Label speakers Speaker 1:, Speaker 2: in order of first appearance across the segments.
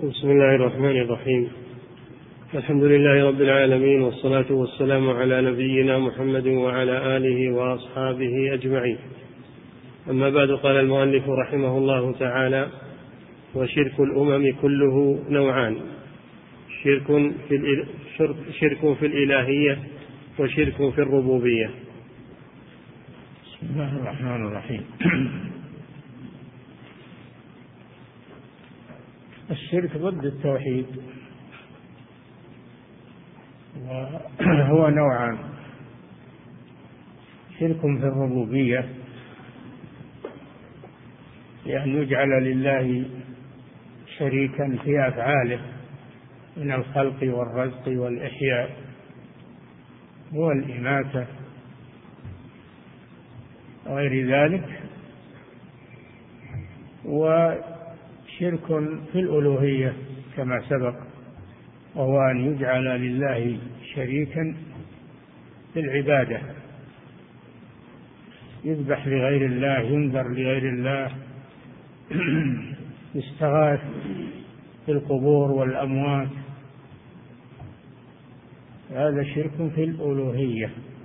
Speaker 1: بسم الله الرحمن الرحيم. الحمد لله رب العالمين، والصلاة والسلام على نبينا محمد وعلى آله وأصحابه أجمعين. أما بعد، قال المؤلف رحمه الله تعالى: وشرك الأمم كله نوعان: شرك في الإلهية وشرك في الربوبية.
Speaker 2: بسم الله الرحمن الرحيم. الشرك ضد التوحيد، وهو نوعان: شرك في الربوبية، لأن يجعل لله شريكا في أفعاله من الخلق والرزق والإحياء والإماتة وغير ذلك. وشرك في الألوهية كما سبق، وهو أن يجعل لله شريكا في العبادة، يذبح لغير الله، ينذر لغير الله، يستغاث في القبور والأموات. هذا شرك في الألوهية.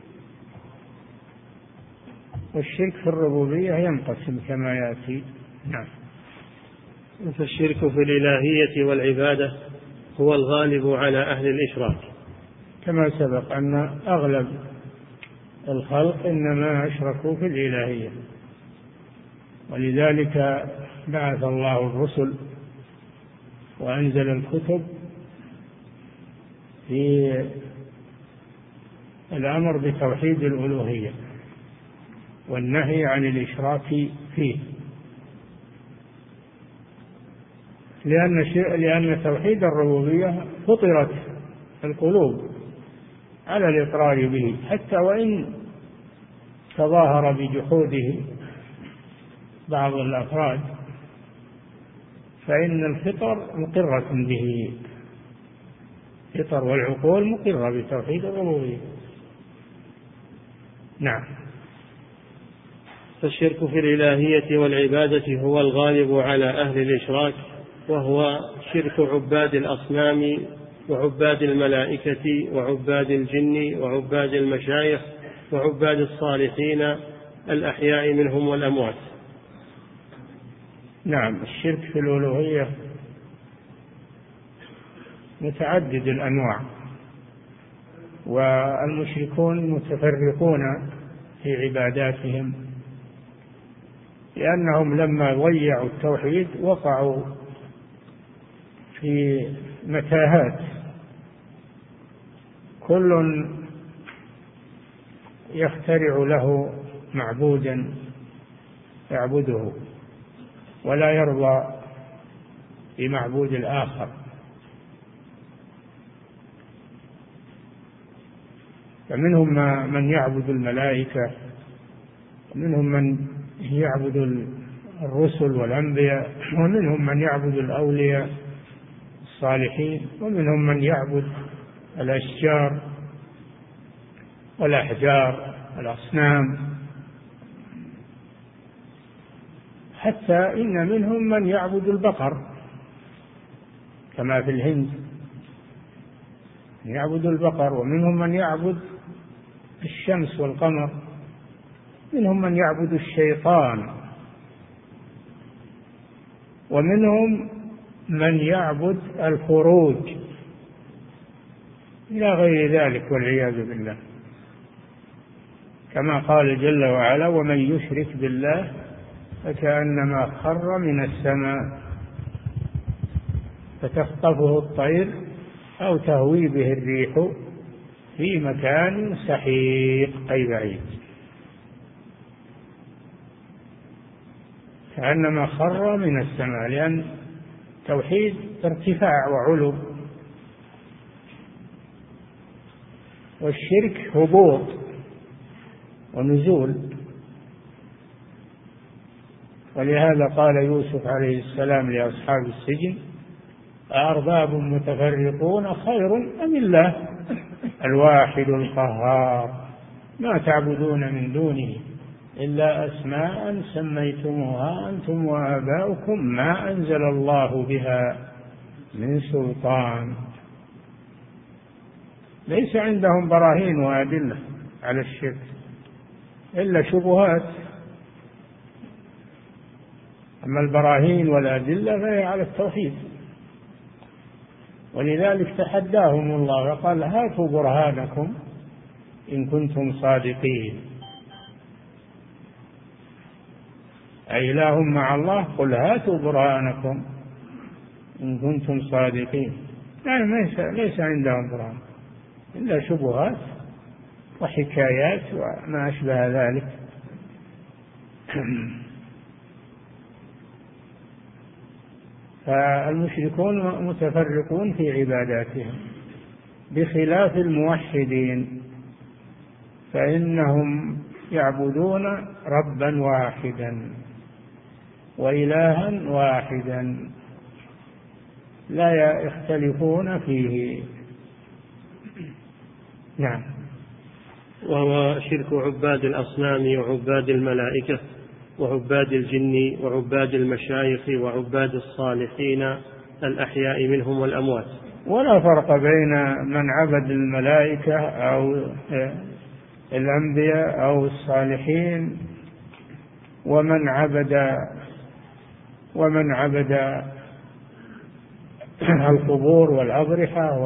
Speaker 2: والشرك في الربوبية ينقسم كما يأتي. نعم.
Speaker 1: فالشرك في الإلهية والعبادة هو الغالب على أهل الإشراك،
Speaker 2: كما سبق أن أغلب الخلق إنما أشركوا في الإلهية، ولذلك بعث الله الرسل وأنزل الكتب في الأمر بتوحيد الألوهية والنهي عن الإشراك فيه، لأن توحيد الربوبية فطرت القلوب على الإقرار به، حتى وإن تظاهر بجحوده بعض الأفراد، فإن الفطر مقرة به، الفطر والعقول مقرة بتوحيد الربوبية. نعم.
Speaker 1: فالشرك في الإلهية والعبادة هو الغالب على أهل الإشراك، وهو شرك عباد الأصنام وعباد الملائكة وعباد الجن وعباد المشايخ وعباد الصالحين الأحياء منهم والأموات.
Speaker 2: نعم. الشرك في الألوهية متعدد الأنواع، والمشركون متفرقون في عباداتهم، لأنهم لما ضيعوا التوحيد وقعوا في متاهات، كل يخترع له معبودا يعبده ولا يرضى بمعبود الآخر. فمنهم من يعبد الملائكة، ومنهم من يعبد الرسل والأنبياء، ومنهم من يعبد الأولياء الصالحين، ومنهم من يعبد الأشجار والأحجار والأصنام، حتى إن منهم من يعبد البقر كما في الهند يعبد البقر، ومنهم من يعبد الشمس والقمر، منهم من يعبد الشيطان، ومنهم من يعبد الخروج إلى غير ذلك والعياذ بالله، كما قال جل وعلا: ومن يشرك بالله فكأنما خر من السماء فتخطفه الطير أو تهوي به الريح في مكان سحيق، أي بعيد، كأنما خر من السماء، لأن توحيد ارتفاع وعلو، والشرك هبوط ونزول. ولهذا قال يوسف عليه السلام لأصحاب السجن: أأرباب متفرقون خير أم الله الواحد القهار ما تعبدون من دونه إلا أسماء سميتموها أنتم وآباؤكم ما أنزل الله بها من سلطان. ليس عندهم براهين وأدلة على الشرك إلا شبهات، أما البراهين والأدلة فهي على التوحيد. ولذلك تحداهم الله وقال هاتوا برهانكم إن كنتم صادقين. أإله مع الله؟ قل هاتوا برهانكم إن كنتم صادقين. يعني ليس عندهم برهان إلا شبهات وحكايات وما أشبه ذلك. فالمشركون متفرقون في عباداتهم بخلاف الموحدين، فإنهم يعبدون ربا واحدا وإلها واحدا لا يختلفون فيه. نعم.
Speaker 1: وهو شرك عباد الأصنام وعباد الملائكة وعباد الجن وعباد المشايخ وعباد الصالحين الأحياء منهم والأموات.
Speaker 2: ولا فرق بين من عبد الملائكة أو الأنبياء أو الصالحين ومن عبد القبور والأضرحة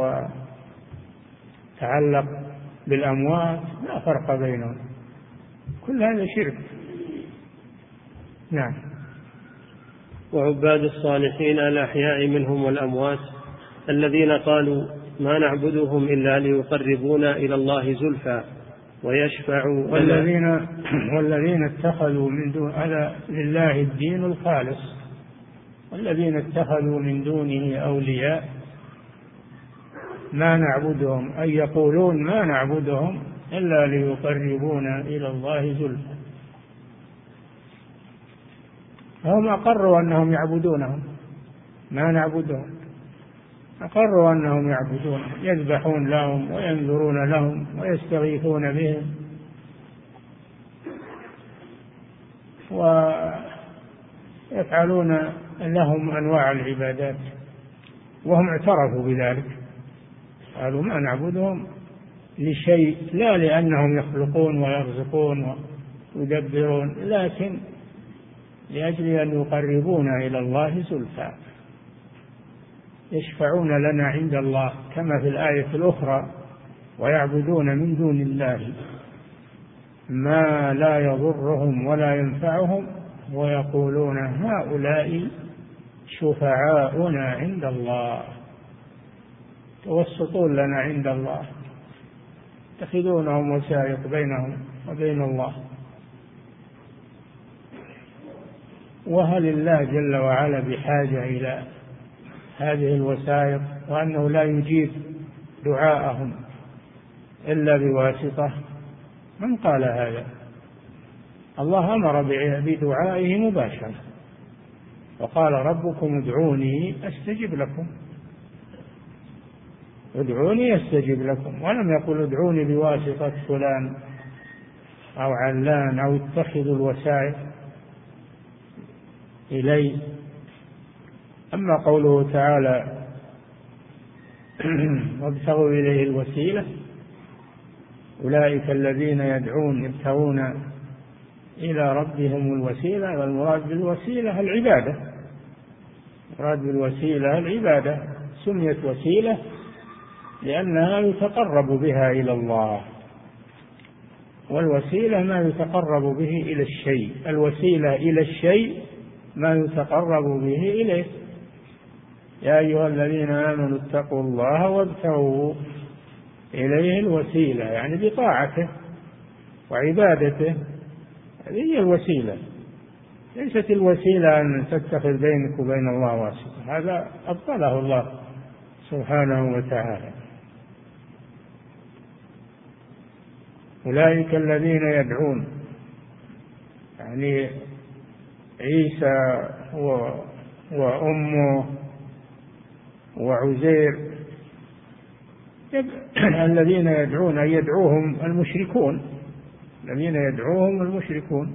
Speaker 2: وتعلق بالأموات، لا فرق بينهم، كل هذا شرك. نعم.
Speaker 1: وعباد الصالحين الأحياء منهم والأموات الذين قالوا ما نعبدهم إلا ليقربونا إلى الله زلفى ويشفعوا
Speaker 2: والذين اتخذوا من دون هذا لله الدين الخالص، والذين اتخذوا من دونه أولياء ما نعبدهم، أي يقولون ما نعبدهم إلا ليقربونا إلى الله زلفى. هم أقروا أنهم يعبدونهم، ما نعبدهم، أقروا أنهم يعبدون، يذبحون لهم وينذرون لهم ويستغيثون بهم ويفعلون لهم أنواع العبادات، وهم اعترفوا بذلك، قالوا ما نعبدهم لشيء، لا لأنهم يخلقون ويرزقون ويدبرون، لكن لأجل أن يقربونا إلى الله زلفى، يشفعون لنا عند الله، كما في الآية الأخرى ويعبدون من دون الله ما لا يضرهم ولا ينفعهم ويقولون هؤلاء شفعاؤنا عند الله، توسطون لنا عند الله، يتخذونهم وسائط بينهم وبين الله. وهل الله جل وعلا بحاجة إلى هذه الوسائط، وأنه لا يجيب دعاءهم إلا بواسطة؟ من قال هذا؟ الله أمر بدعائه مباشرة، وقال ربكم ادعوني أستجب لكم، ادعوني أستجب لكم، ولم يقل ادعوني بواسطة فلان أو علان أو اتخذوا الوسائط إليه. أما قوله تعالى وابتغوا إليه الوسيلة أولئك الذين يدعون يبتغون إلى ربهم الوسيلة، والمراد بالوسيلة العبادة، المراد بالوسيلة العبادة، سميت وسيلة لأنها يتقرب بها إلى الله، والوسيلة ما يتقرب به إلى الشيء، الوسيلة إلى الشيء ما يتقرب به إليه. يا أيها الذين آمنوا اتقوا الله وابتغوا إليه الوسيلة، يعني بطاعته وعبادته، هذه هي الوسيلة، ليست الوسيلة أن تتخذ بينك وبين الله واسطة، هذا أبطله الله سبحانه وتعالى. أولئك الذين يدعون، يعني عيسى وأمه وعزير، الذين يدعون أن يدعوهم المشركون، الذين يدعوهم المشركون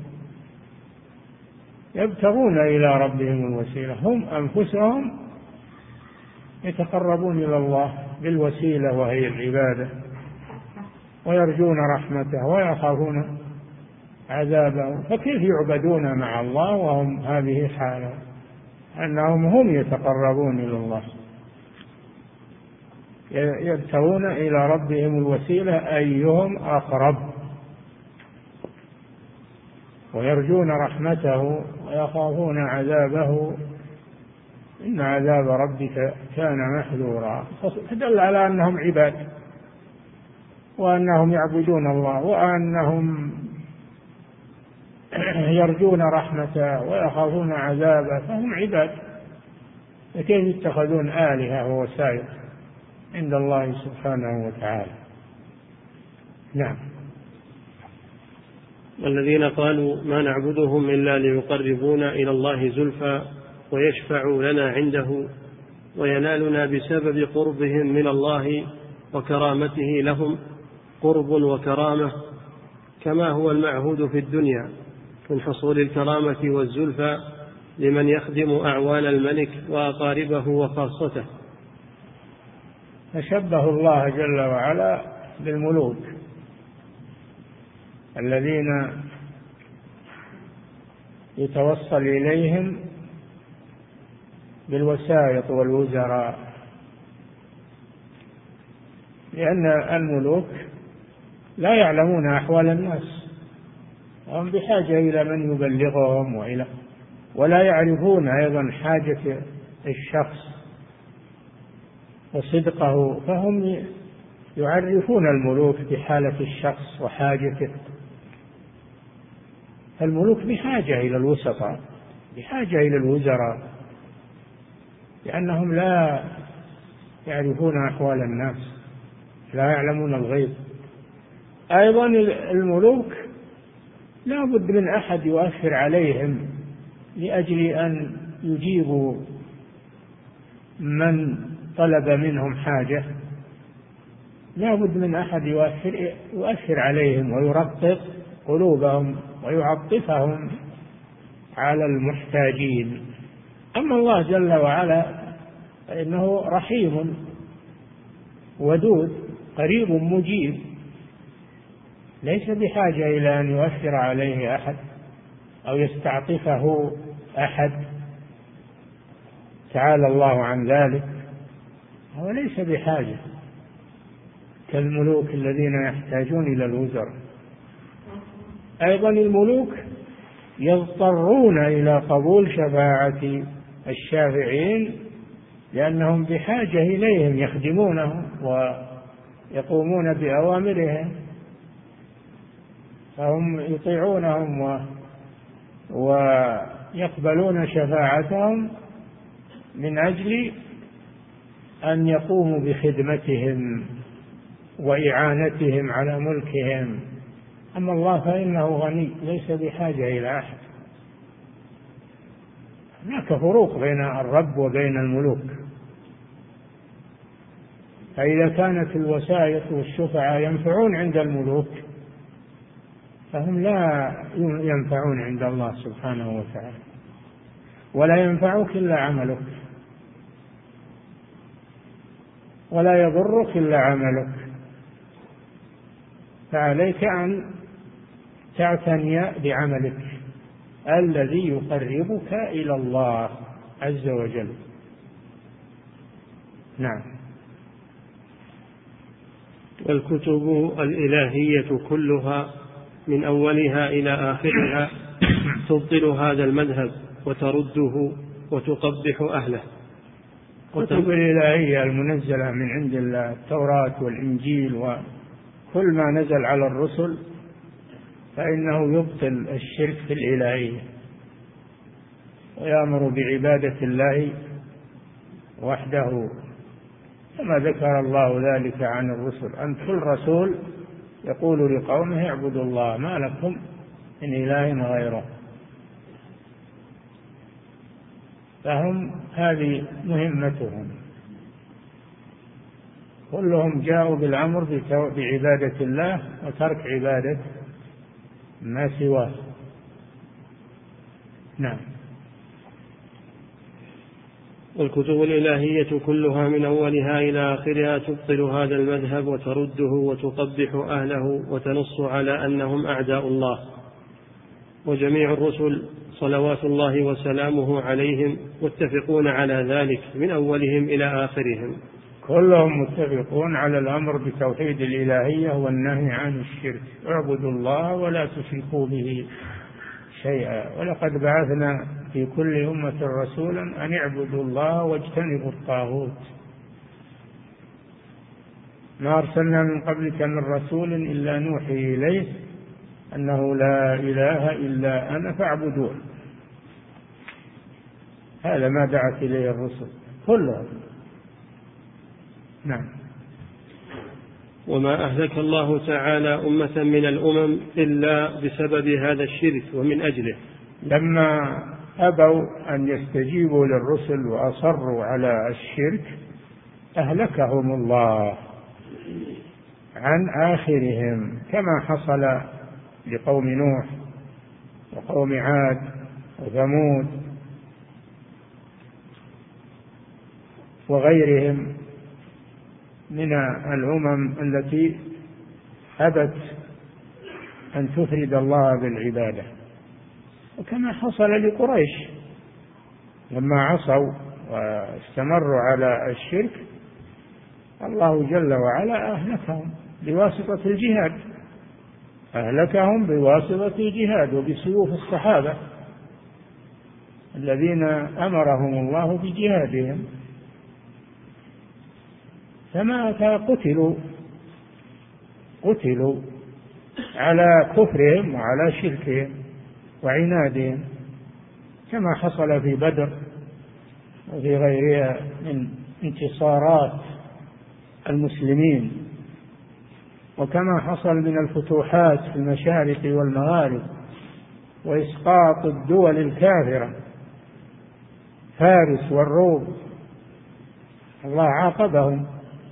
Speaker 2: يبتغون إلى ربهم الوسيلة، هم أنفسهم يتقربون إلى الله بالوسيلة وهي العبادة، ويرجون رحمته ويخافون عذابه. فكيف يعبدون مع الله وهم هذه حالة أنهم هم يتقربون إلى الله، يبتغون إلى ربهم الوسيلة أيهم أقرب، ويرجون رحمته ويخافون عذابه، إن عذاب ربك كان محذورا. فدل على أنهم عباد، وأنهم يعبدون الله، وأنهم يرجون رحمته ويخافون عذابه، فهم عباد. فكيف يتخذون آلهة ووسائل عند الله سبحانه وتعالى؟ نعم.
Speaker 1: والذين قالوا ما نعبدهم إلا ليقربونا إلى الله زلفى ويشفعوا لنا عنده وينالنا بسبب قربهم من الله وكرامته لهم قرب وكرامة، كما هو المعهود في الدنيا من حصول الكرامة والزلفى لمن يخدم أعوان الملك وأقاربه وخاصته.
Speaker 2: فشبه الله جل وعلا بالملوك الذين يتوصل إليهم بالوسائط والوزراء، لأن الملوك لا يعلمون أحوال الناس، هم بحاجة إلى من يبلغهم ولا يعرفون أيضا حاجة الشخص وصدقه، فهم يعرفون الملوك بحالة الشخص وحاجته. الملوك بحاجة إلى الوسطاء، بحاجة إلى الوزراء، لأنهم لا يعرفون أحوال الناس، لا يعلمون الغيب. أيضا الملوك لا بد من أحد يؤثر عليهم لأجل أن يجيبوا من طلب منهم حاجة، لا بد من أحد يؤثر عليهم ويرقق قلوبهم ويعطفهم على المحتاجين. أما الله جل وعلا فإنه رحيم ودود قريب مجيب، ليس بحاجة إلى أن يؤثر عليه أحد أو يستعطفه أحد، تعالى الله عن ذلك، هو ليس بحاجة كالملوك الذين يحتاجون إلى الوزراء. أيضا الملوك يضطرون إلى قبول شفاعة الشافعين لأنهم بحاجة إليهم، يخدمونهم ويقومون بأوامرهم، فهم يطيعونهم ويقبلون شفاعتهم من أجل أن يقوموا بخدمتهم وإعانتهم على ملكهم. أما الله فإنه غني ليس بحاجة إلى أحد. هناك فروق بين الرب وبين الملوك، فإذا كانت الوسائط والشفعاء ينفعون عند الملوك فهم لا ينفعون عند الله سبحانه وتعالى، ولا ينفعك إلا عملك، ولا يضرك إلا عملك. فعليك أن تعتني بعملك الذي يقربك إلى الله عز وجل. نعم.
Speaker 1: والكتب الإلهية كلها من أولها إلى آخرها تبطل هذا المذهب وترده وتقبح أهله.
Speaker 2: الكتب الإلهية المنزلة من عند الله، التوراة والإنجيل وكل ما نزل على الرسل، فإنه يبطل الشرك في الإلهية ويأمر بعبادة الله وحده، كما ذكر الله ذلك عن الرسل، أن كل رسول يقول لقومه اعبدوا الله ما لكم من إله غيره. فهم هذه مهمتهم، كلهم جاءوا بالأمر بعبادة الله وترك عبادة ما سواه. نعم.
Speaker 1: والكتب الإلهية كلها من أولها إلى آخرها تبطل هذا المذهب وترده وتقبح أهله وتنص على أنهم أعداء الله. وجميع الرسل صلوات الله وسلامه عليهم متفقون على ذلك من أولهم إلى آخرهم،
Speaker 2: كلهم متفقون على الأمر بتوحيد الإلهية والنهي عن الشرك. اعبدوا الله ولا تشركوا به شيئا، ولقد بعثنا في كل أمة رسولا أن اعبدوا الله واجتنبوا الطاغوت. ما أرسلنا من قبلك من رسول إلا نوحي إليه أنه لا إله إلا أنا فاعبدون. هذا ما دعت إليه الرسل كلهم. نعم.
Speaker 1: وما أهلك الله تعالى أمة من الأمم إلا بسبب هذا الشرك ومن أجله.
Speaker 2: لما أبوا أن يستجيبوا للرسل وأصروا على الشرك أهلكهم الله عن آخرهم، كما حصل لقوم نوح وقوم عاد وثمود وغيرهم من الأمم التي أبت أن تفرد الله بالعبادة، وكما حصل لقريش لما عصوا واستمروا على الشرك الله جل وعلا أهلكهم بواسطة الجهاد، أهلكهم بواسطة الجهاد وبسيوف الصحابة الذين أمرهم الله بجهادهم، فما قتلوا على كفرهم وعلى شركهم وعنادهم، كما حصل في بدر وفي غيرها من انتصارات المسلمين، وكما حصل من الفتوحات في المشارق والمغارب وإسقاط الدول الكافرة فارس والروم، الله عاقبهم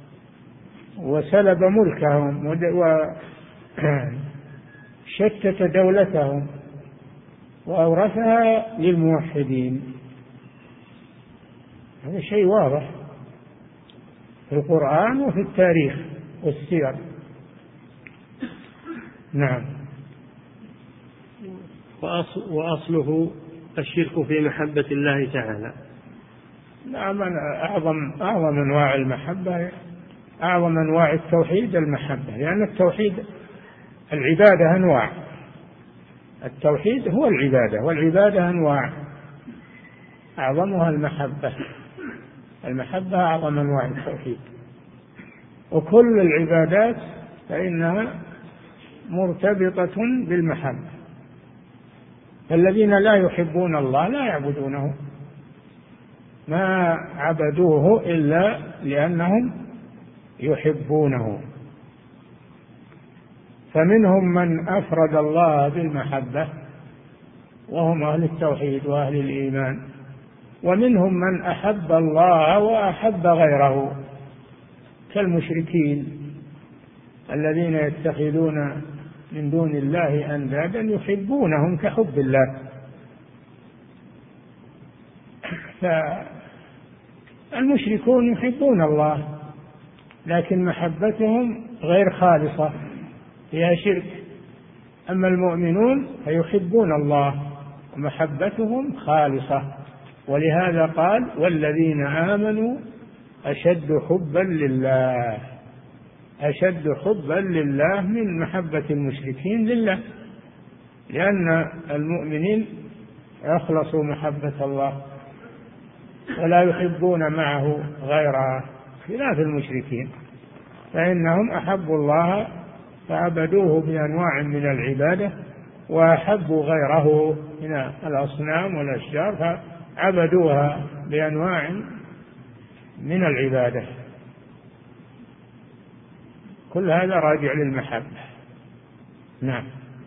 Speaker 2: وسلب ملكهم وشتت دولتهم وأورثها للموحدين. هذا شيء واضح في القرآن وفي التاريخ والسير. نعم.
Speaker 1: وأصله الشرك في محبة الله تعالى.
Speaker 2: نعم. أعظم أنواع المحبة، أعظم أنواع التوحيد المحبة، لأن التوحيد العبادة أنواع، التوحيد هو العبادة والعبادة أنواع، أعظمها المحبة أعظم أنواع التوحيد، وكل العبادات فإنها مرتبطة بالمحبة، فالذين لا يحبون الله لا يعبدونه، ما عبدوه إلا لأنهم يحبونه. فمنهم من أفرد الله بالمحبة وهم أهل التوحيد وأهل الإيمان، ومنهم من أحب الله وأحب غيره كالمشركين الذين يتخذون من دون الله أندادا يحبونهم كحب الله. فالمشركون يحبون الله لكن محبتهم غير خالصة فيها شرك، أما المؤمنون فيحبون الله ومحبتهم خالصة، ولهذا قال والذين آمنوا أشد حبا لله، أشد حبا لله من محبة المشركين لله، لأن المؤمنين أخلصوا محبة الله ولا يحبون معه غيره، خلاف المشركين فإنهم أحبوا الله فعبدوه بأنواع من العبادة وأحبوا غيره من الأصنام والأشجار فعبدوها بأنواع من العبادة. كل هذا راجع للمحبة. نعم.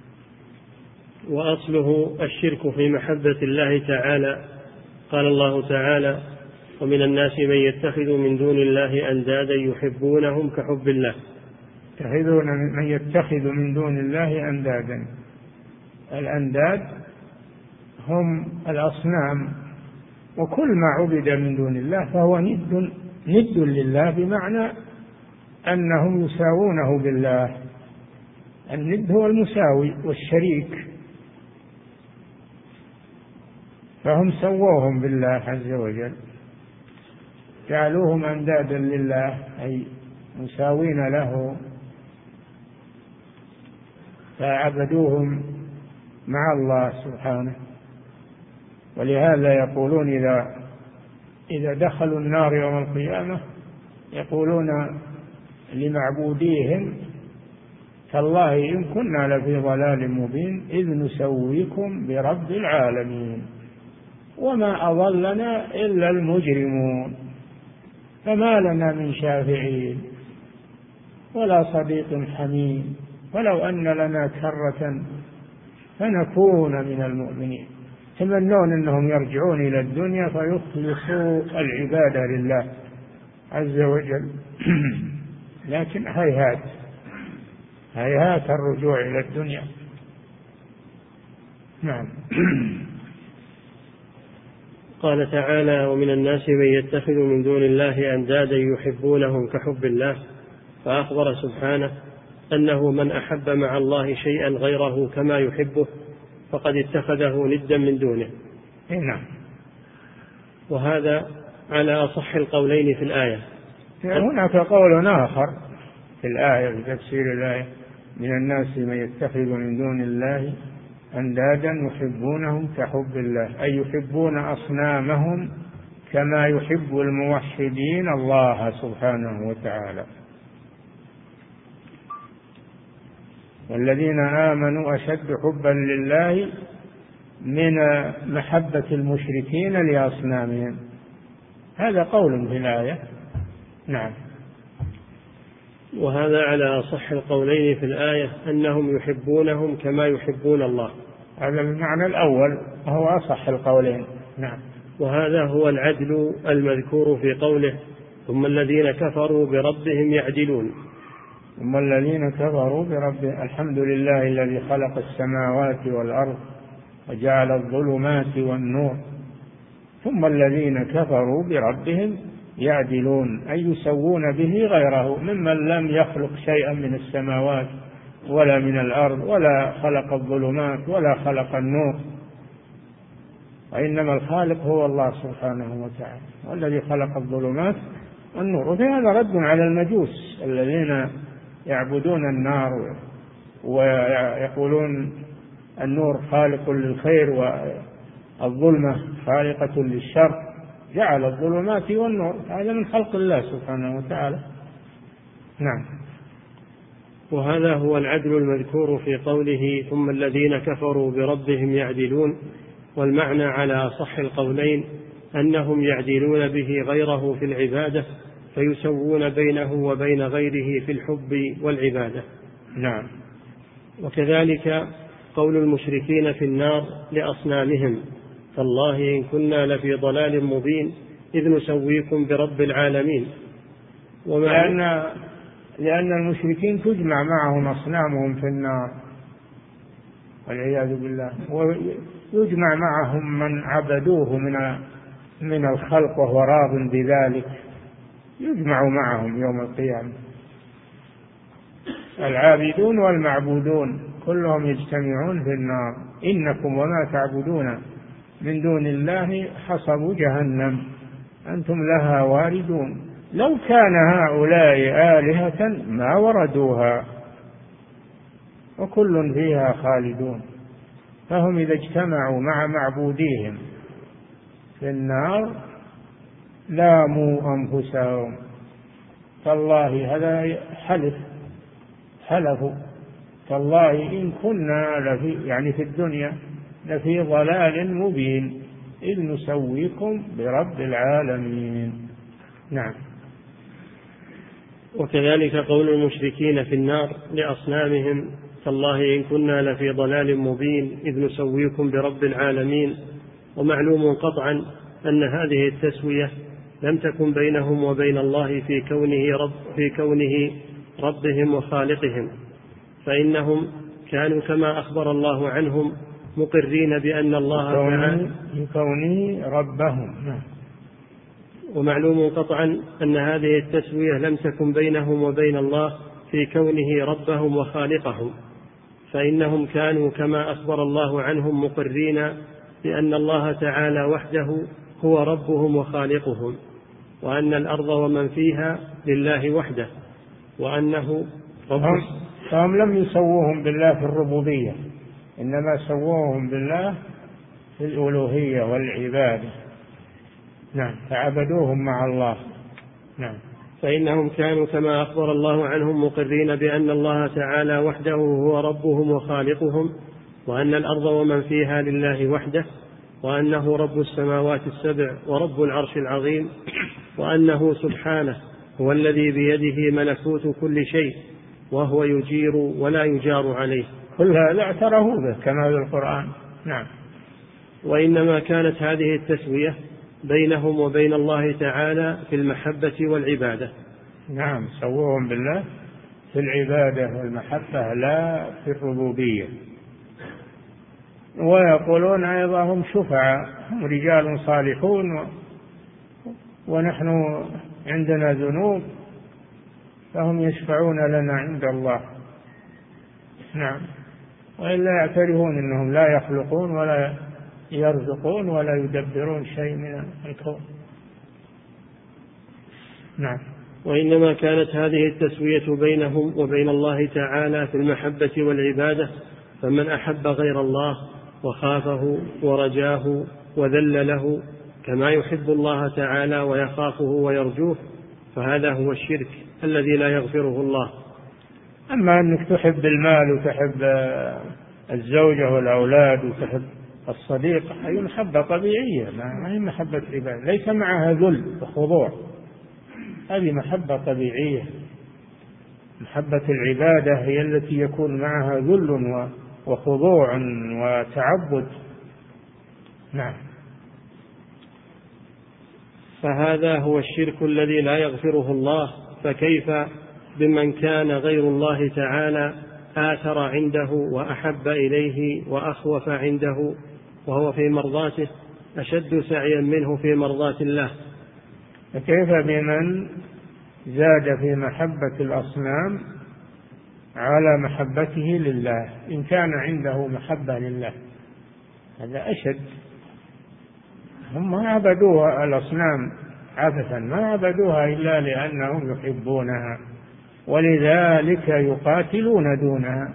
Speaker 1: وأصله الشرك في محبة الله تعالى. قال الله تعالى ومن الناس من يتخذ من دون الله أندادا يحبونهم كحب الله.
Speaker 2: يتخذون من يتخذ من دون الله أندادا، الأنداد هم الأصنام وكل ما عبد من دون الله فهو ند لله، بمعنى أنهم يساوونه بالله. الند هو المساوي والشريك، فهم سووهم بالله عز وجل، جعلوهم أندادا لله أي مساوين له، فعبدوهم مع الله سبحانه. ولهذا يقولون إذا دخلوا النار يوم القيامة يقولون لمعبوديهم: تالله إن كنا لفي ضلال مبين إذ نسويكم برب العالمين وما أضلنا إلا المجرمون فما لنا من شافعين ولا صديق حميم ولو أن لنا كرة فنكون من المؤمنين. يتمنون أنهم يرجعون إلى الدنيا فيخلصوا العبادة لله عز وجل لكن هيهات الرجوع إلى الدنيا. نعم.
Speaker 1: قال تعالى: ومن الناس من يتخذ من دون الله أندادا يحبونهم كحب الله، فأخبر سبحانه أنه من أحب مع الله شيئا غيره كما يحبه فقد اتخذه ندا من دونه.
Speaker 2: نعم.
Speaker 1: وهذا على أصح القولين في الآية.
Speaker 2: هناك قول آخر في الآية في تفسير الآية: من الناس من يتخذ من دون الله أندادا يحبونهم كحب الله، أي يحبون أصنامهم كما يحب الموحدين الله سبحانه وتعالى. والذين آمنوا أشد حبا لله من محبة المشركين لأصنامهم. هذا قول في الآية. نعم.
Speaker 1: وهذا على أصح القولين في الآية أنهم يحبونهم كما يحبون الله.
Speaker 2: هذا المعنى الأول وهو أصح القولين. نعم.
Speaker 1: وهذا هو العدل المذكور في قوله: ثم الذين كفروا بربهم يعدلون.
Speaker 2: ثم الذين كفروا بربهم. الحمد لله الذي خلق السماوات والأرض وجعل الظلمات والنور، ثم الذين كفروا بربهم يعدلون، أي يسوون به غيره ممن لم يخلق شيئا من السماوات ولا من الأرض ولا خلق الظلمات ولا خلق النور، وإنما الخالق هو الله سبحانه وتعالى، والذي خلق الظلمات والنور. وفي هذا رد على المجوس الذين يعبدون النار ويقولون النور خالق للخير والظلمة خالقة للشر، جعل الظلمات والنور، هذا من خلق الله سبحانه وتعالى. نعم.
Speaker 1: وهذا هو العدل المذكور في قوله: ثم الذين كفروا بربهم يعدلون. والمعنى على صح القولين أنهم يعدلون به غيره في العبادة، فيسوون بينه وبين غيره في الحب والعبادة.
Speaker 2: نعم.
Speaker 1: وكذلك قول المشركين في النار لأصنامهم: تالله إن كنا لفي ضلال مبين إذ نسويكم برب العالمين.
Speaker 2: لأن المشركين تجمع معهم أصنامهم في النار والعياذ بالله، ويجمع معهم من عبدوه من الخلق وهو راض بذلك، يجمع معهم يوم القيامة العابدون والمعبودون كلهم يجتمعون في النار. إنكم وما تعبدون من دون الله حصب جهنم أنتم لها واردون لو كان هؤلاء آلهة ما وردوها وكل فيها خالدون. فهم إذا اجتمعوا مع معبوديهم في النار لاموا أنفسهم. تالله هذا حلفوا تالله إن كنا في الدنيا لفي ضلال مبين إذ نسويكم برب العالمين. نعم.
Speaker 1: وكذلك قول المشركين في النار لأصنامهم: تالله إن كنا لفي ضلال مبين إذ نسويكم برب العالمين. ومعلوم قطعا أن هذه التسوية لم تكن بينهم وبين الله في كونه ربهم وخالقهم، فإنهم كانوا كما أخبر الله عنهم مقرين بأن الله تعالى
Speaker 2: بكونه ربهم.
Speaker 1: ومعلوم قطعا أن هذه التسوية لم تكن بينهم وبين الله في كونه ربهم وخالقهم، فإنهم كانوا كما أخبر الله عنهم مقرين بأن الله تعالى وحده هو ربهم وخالقهم، وأن الأرض ومن فيها لله وحده، وأنه ربهم.
Speaker 2: فهم لم يسووهم بالله في الربوبية، إنما سووهم بالله في الألوهية والعبادة. نعم، فعبدوهم مع الله. نعم.
Speaker 1: فإنهم كانوا كما أخبر الله عنهم مقرين بأن الله تعالى وحده هو ربهم وخالقهم، وأن الأرض ومن فيها لله وحده، وأنه رب السماوات السبع ورب العرش العظيم، وأنه سبحانه هو الذي بيده ملكوت كل شيء، وهو يجير ولا يجار عليه.
Speaker 2: كل هذا اعترفوا به كما في القرآن. نعم.
Speaker 1: وإنما كانت هذه التسوية بينهم وبين الله تعالى في المحبة والعبادة.
Speaker 2: نعم، سووهم بالله في العبادة والمحبة لا في الربوبية. ويقولون أيضا هم شفعاء، هم رجال صالحون ونحن عندنا ذنوب فهم يشفعون لنا عند الله. نعم. وإلا يعترفون أنهم لا يخلقون ولا يرزقون ولا يدبرون شيء من الكون. نعم.
Speaker 1: وإنما كانت هذه التسوية بينهم وبين الله تعالى في المحبة والعبادة، فمن أحب غير الله وخافه ورجاه وذل له كما يحب الله تعالى ويخافه ويرجوه، فهذا هو الشرك الذي لا يغفره الله.
Speaker 2: أما أنك تحب المال وتحب الزوجة والأولاد وتحب الصديق، هذه محبة طبيعية، ما هي محبة عبادة، ليس معها ذل وخضوع، هذه محبة طبيعية. محبة العبادة هي التي يكون معها ذل وخضوع وتعبد. نعم.
Speaker 1: فهذا هو الشرك الذي لا يغفره الله، فكيف بمن كان غير الله تعالى آثر عنده وأحب إليه وأخوف عنده، وهو في مرضاته أشد سعيا منه في مرضاة الله.
Speaker 2: فكيف بمن زاد في محبة الأصنام على محبته لله، إن كان عنده محبة لله، هذا أشد. هم ما عبدوها الأصنام عبثا، ما عبدوها إلا لأنهم يحبونها، ولذلك يقاتلون دونها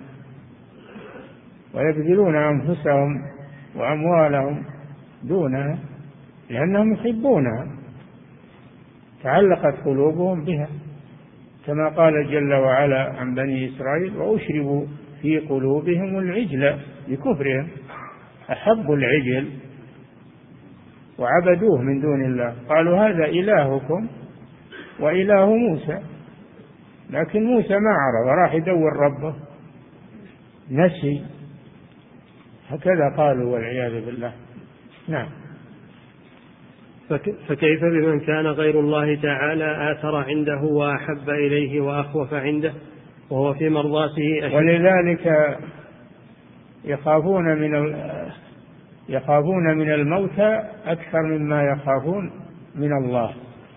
Speaker 2: ويبذلون أنفسهم وأموالهم دونها لأنهم يحبونها، تعلقت قلوبهم بها، كما قال جل وعلا عن بني إسرائيل: وأشربوا في قلوبهم العجل بكفرهم، أحبوا العجل وعبدوه من دون الله، قالوا هذا إلهكم وإله موسى، لكن موسى ما عرف، راح يدور ربه نسي، هكذا قالوا والعياذ بالله. نعم.
Speaker 1: فكيف بمن كان غير الله تعالى آثر عنده وأحب إليه وأخوف عنده وهو في مرضاته أشد.
Speaker 2: ولذلك يخافون من الموتى أكثر مما يخافون من الله.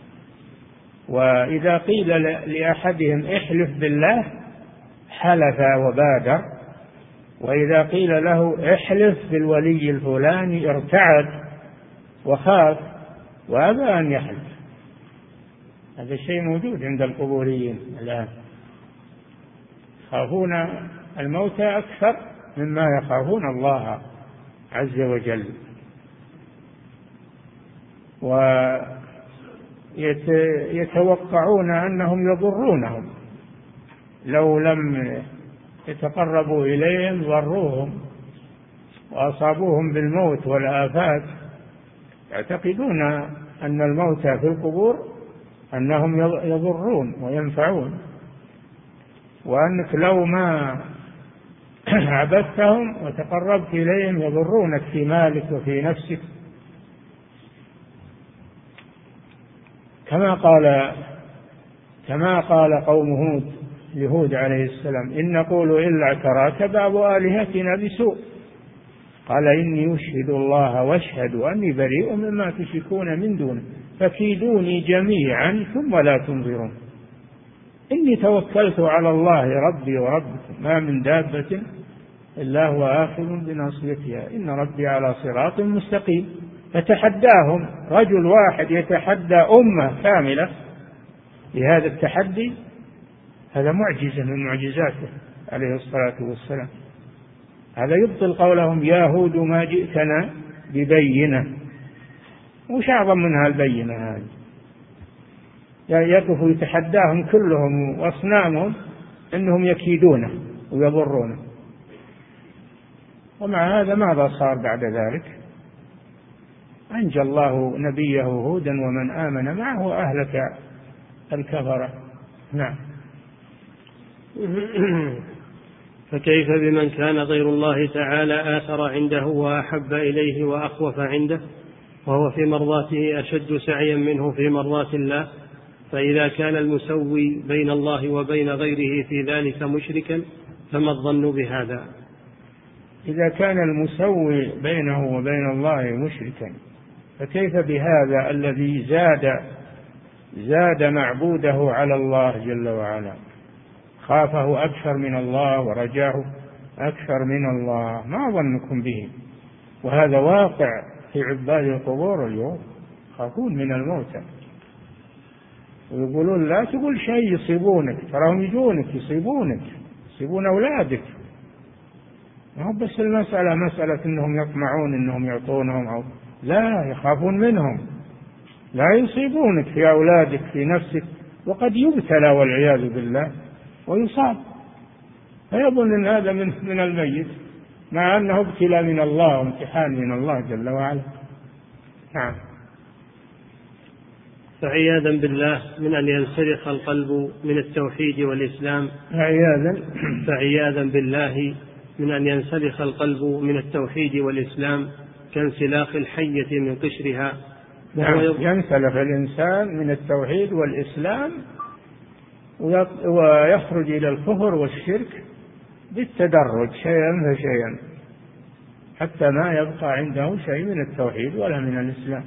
Speaker 2: وإذا قيل لأحدهم احلف بالله حلف وبادر، وإذا قيل له احلف بالولي الفلاني ارتعد وخاف وأبى أن يحلف. هذا الشيء موجود عند القبوريين الآن، يخافون الموت أكثر مما يخافون الله عز وجل، ويتوقعون أنهم يضرونهم، لو لم يتقربوا إليهم ضروهم وأصابوهم بالموت والآفات. يعتقدون أن الموتى في القبور أنهم يضرون وينفعون، وأنك لو ما عبدتهم وتقربت إليهم يضرونك في مالك وفي نفسك، كما قال قوم هود لهود عليه السلام: إن نقول إلا اعتراك بعض آلهتنا بسوء. قال إني أشهد الله واشهد أني بريء مما تشركون من دونه فكيدوني جميعا ثم لا تنظرون إني توكلت على الله ربي وربكم ما من دابة إلا هو آخذ بناصيتها إن ربي على صراط مستقيم. فتحداهم رجل واحد يتحدى أمة كاملة بهذا التحدي، هذا معجزة من معجزاته عليه الصلاة والسلام. هذا يبطل قولهم يا هود ما جئتنا ببينة، وش أعظم منها البينة هذه؟ يقف يتحداهم كلهم وأصنامهم أنهم يكيدونه ويضرونه، ومع هذا ماذا صار بعد ذلك؟ أنجى الله نبيه هودا ومن آمن معه وأهلك الكفرة. نعم.
Speaker 1: فكيف بمن كان غير الله تعالى آثر عنده وأحب إليه وأخوف عنده، وهو في مرضاته أشد سعيا منه في مرضات الله؟ فإذا كان المسوي بين الله وبين غيره في ذلك مشركا فما الظن بهذا؟
Speaker 2: إذا كان المسوي بينه وبين الله مشركا فكيف بهذا الذي زاد معبوده على الله جل وعلا، خافه أكثر من الله ورجاه أكثر من الله؟ ما ظنكم به؟ وهذا واقع في عباد القبور اليوم، يخافون من الموتى ويقولون لا تقول شيء يصيبونك، تراهم يجونك يصيبون أولادك. ما هو بس المسألة مسألة أنهم يطمعون أنهم يعطونهم أو لا، يخافون منهم، لا يصيبونك في أولادك في نفسك، وقد يبتلى والعياذ بالله ويصاب، فيظن أن هذا من الميت، مع أنه ابتلى من الله وامتحان من الله جل وعلا. نعم.
Speaker 1: فعياذا بالله من أن ينسلخ القلب من التوحيد والإسلام. فعياذا بالله من أن ينسلخ القلب من التوحيد والإسلام كانسلاخ الحية من قشرها.
Speaker 2: نعم. ينسلخ الإنسان من التوحيد والإسلام ويخرج إلى الكفر والشرك بالتدرج شيئا فشيئا حتى ما يبقى عنده شيء من التوحيد ولا من الإسلام.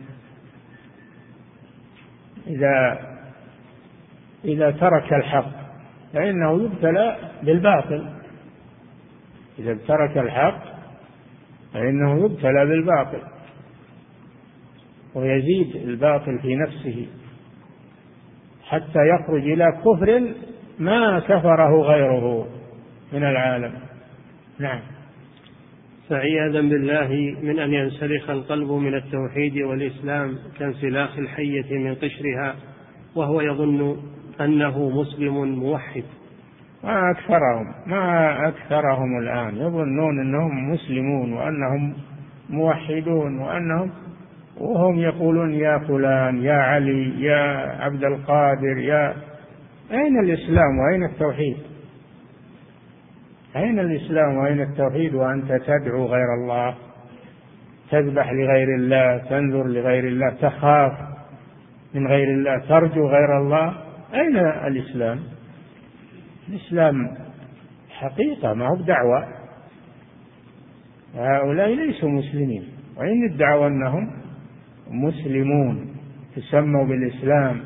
Speaker 2: إذا ترك الحق فإنه يبتلى بالباطل، إذا ترك الحق فإنه يبتلى بالباطل ويزيد الباطل في نفسه حتى يخرج إلى كفر ما كفره غيره من العالم. نعم.
Speaker 1: فعياذا بالله من أن ينسلخ القلب من التوحيد والإسلام كانسلاخ الحية من قشرها وهو يظن أنه مسلم موحد.
Speaker 2: ما أكثرهم الآن يظنون أنهم مسلمون وأنهم موحدون وهم يقولون يا فلان يا علي يا عبد القادر أين الإسلام وأين التوحيد؟ أين الإسلام وأين التوحيد وأنت تدعو غير الله، تذبح لغير الله، تنذر لغير الله، تخاف من غير الله، ترجو غير الله؟ أين الإسلام؟ الإسلام حقيقة ما هو بدعوة. هؤلاء ليسوا مسلمين وإن ادعوا أنهم مسلمون تسموا بالإسلام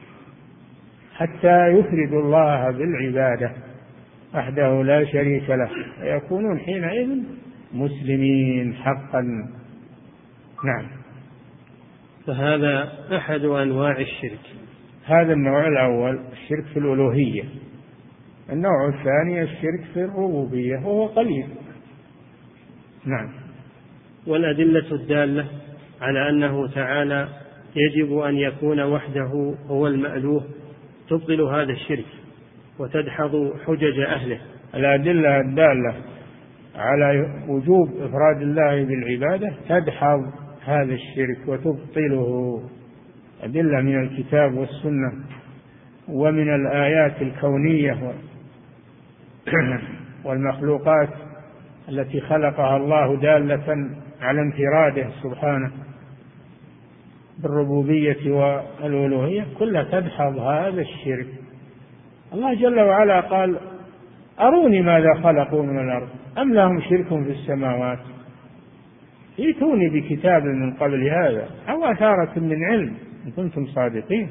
Speaker 2: حتى يفردوا الله بالعبادة وحده لا شريك له فيكونون حينئذ مسلمين حقا. نعم.
Speaker 1: فهذا أحد أنواع الشرك.
Speaker 2: هذا النوع الأول الشرك في الألوهية. النوع الثاني الشرك في الربوبية وهو قليل. نعم.
Speaker 1: والأدلة الدالة على أنه تعالى يجب أن يكون وحده هو المألوه تبطل هذا الشرك وتدحض حجج أهله.
Speaker 2: الأدلة الدالة على وجوب إفراد الله بالعبادة تدحض هذا الشرك وتبطله. أدلة من الكتاب والسنة ومن الآيات الكونية والمخلوقات التي خلقها الله دالة على انفراده سبحانه بالربوبية والألوهية كلها تدحض هذا الشرك. الله جل وعلا قال أروني ماذا خلقوا من الأرض أم لهم شرك في السماوات ائتوني بكتاب من قبل هذا أو أثارة من علم إن كنتم صادقين.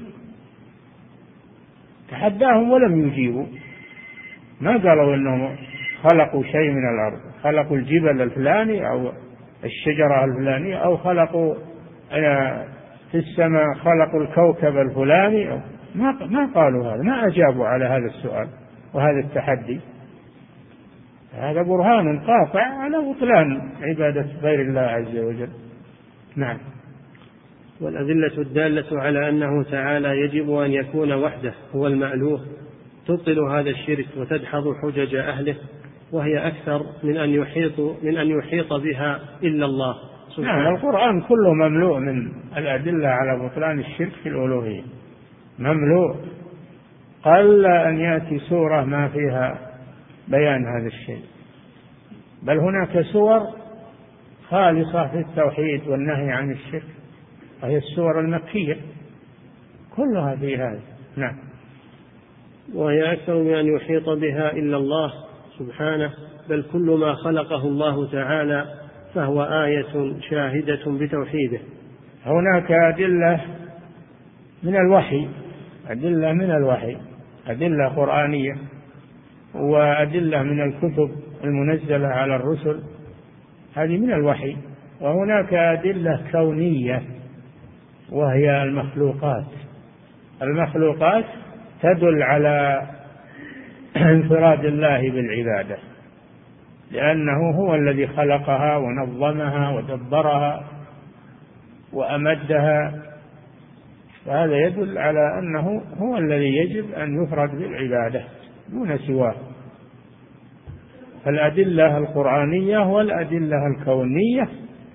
Speaker 2: تحداهم ولم يجيبوا، ما قالوا إنهم خلقوا شيء من الأرض، خلقوا الجبل الفلاني أو الشجرة الفلانية أو خلقوا في السماء خلقوا الكوكب الفلاني ما قالوا هذا، ما أجابوا على هذا السؤال وهذا التحدي. هذا برهان قاطع على بطلان عبادة غير الله عز وجل. نعم.
Speaker 1: والأدلة الدالة على أنه تعالى يجب أن يكون وحده هو المألوه تبطل هذا الشرك وتدحض حجج أهله، وهي أكثر من أن يحيط بها إلا الله سبحانه.
Speaker 2: نعم، القرآن كله مملوء من الأدلة على بطلان الشرك في الألوهية، مملوء. قل أن يأتي سورة ما فيها بيان هذا الشيء، بل هناك سور خالصة في التوحيد والنهي عن الشرك، وهي السور المكية كلها في هذا. نعم.
Speaker 1: وهي أكثر من أن يحيط بها إلا الله سبحانه، بل كل ما خلقه الله تعالى فهو آية شاهدة بتوحيده.
Speaker 2: هناك أدلة من الوحي، أدلة قرآنية وأدلة من الكتب المنزلة على الرسل، هذه من الوحي. وهناك أدلة كونية وهي المخلوقات تدل على انفراد الله بالعبادة، لأنه هو الذي خلقها ونظمها ودبرها وأمدها، فهذا يدل على أنه هو الذي يجب أن يفرد بالعبادة دون سواه. فالأدلة القرآنية والأدلة الكونية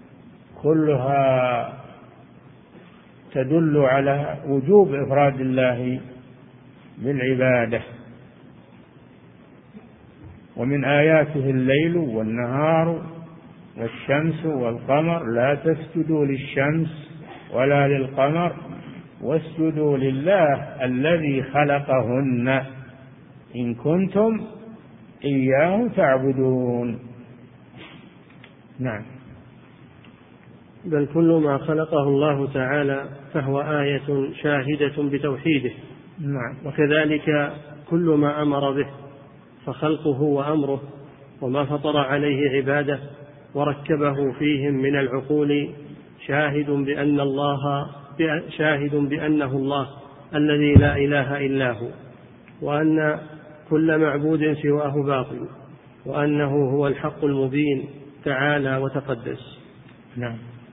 Speaker 2: كلها تدل على وجوب إفراد الله بالعبادة. ومن آياته الليل والنهار والشمس والقمر، لا تسجدوا للشمس ولا للقمر واسجدوا لله الذي خلقهن إن كنتم إياه تعبدون. نعم.
Speaker 1: بل كل ما خلقه الله تعالى فهو آية شاهدة بتوحيده.
Speaker 2: نعم.
Speaker 1: وكذلك كل ما أمر به فخلقه وأمره وما فطر عليه عباده وركبه فيهم من العقول شاهد بأنه الله الذي لا إله إلا هو، وأن كل معبود سواه باطل، وأنه هو الحق المبين تعالى وتقدس.
Speaker 2: نعم.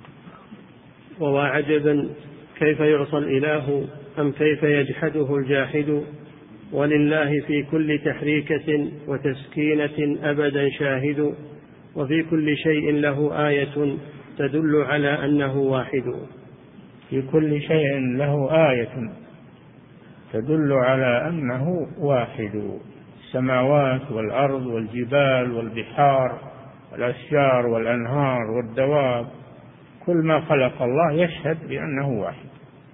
Speaker 1: وعجبا كيف يعصى الإله أم كيف يجحده الجاحد، ولله في كل تحريكة وتسكينة أبدا شاهد، وفي كل شيء له آية تدل على أنه واحد.
Speaker 2: في كل شيء له آية تدل على أنه واحد. السماوات والأرض والجبال والبحار والأشجار والأنهار والدواب، كل ما خلق الله يشهد بأنه واحد،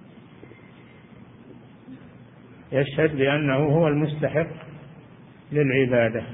Speaker 2: يشهد بأنه هو المستحق للعبادة.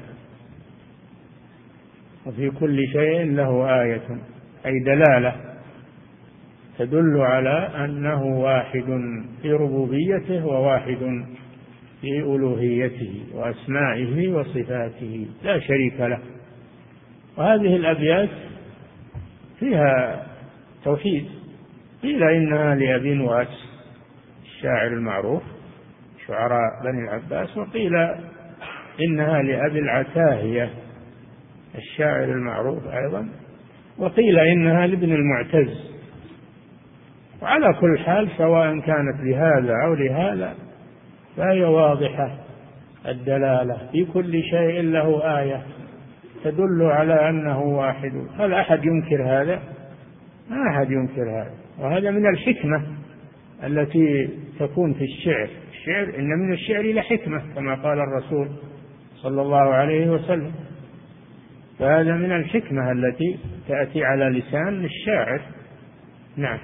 Speaker 2: وفي كل شيء له آية أي دلالة تدل على أنه واحد في ربوبيته وواحد في ألوهيته وأسمائه وصفاته لا شريك له. وهذه الأبيات فيها توحيد. قيل إنها لأبي نواس الشاعر المعروف شعراء بني العباس، وقيل إنها لأبي العتاهية الشاعر المعروف أيضا، وقيل إنها لابن المعتز. وعلى كل حال سواء كانت لهذا أو لهذا فهي واضحة الدلالة. في كل شيء له آية تدل على أنه واحد. هل أحد ينكر هذا؟ ما أحد ينكر هذا. وهذا من الحكمة التي تكون في الشعر. إن من الشعر لحكمة كما قال الرسول صلى الله عليه وسلم، فهذا من الحكمة التي تأتي على لسان الشاعر. نعم.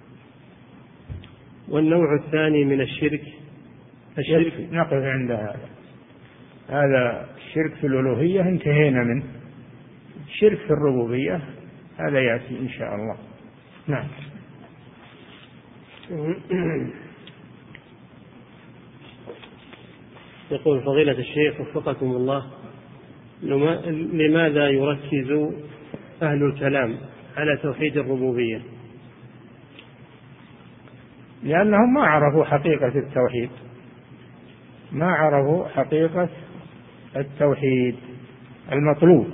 Speaker 1: والنوع الثاني من الشرك
Speaker 2: نقف عند هذا الشرك في الألوهية انتهينا منه. الشرك في الربوبية هذا يأتي إن شاء الله. نعم.
Speaker 1: يقول فضيلة الشيخ وفقكم الله، لماذا يركز أهل الكلام على توحيد الربوبية؟
Speaker 2: لأنهم ما عرفوا حقيقة التوحيد، ما عرفوا حقيقة التوحيد المطلوب.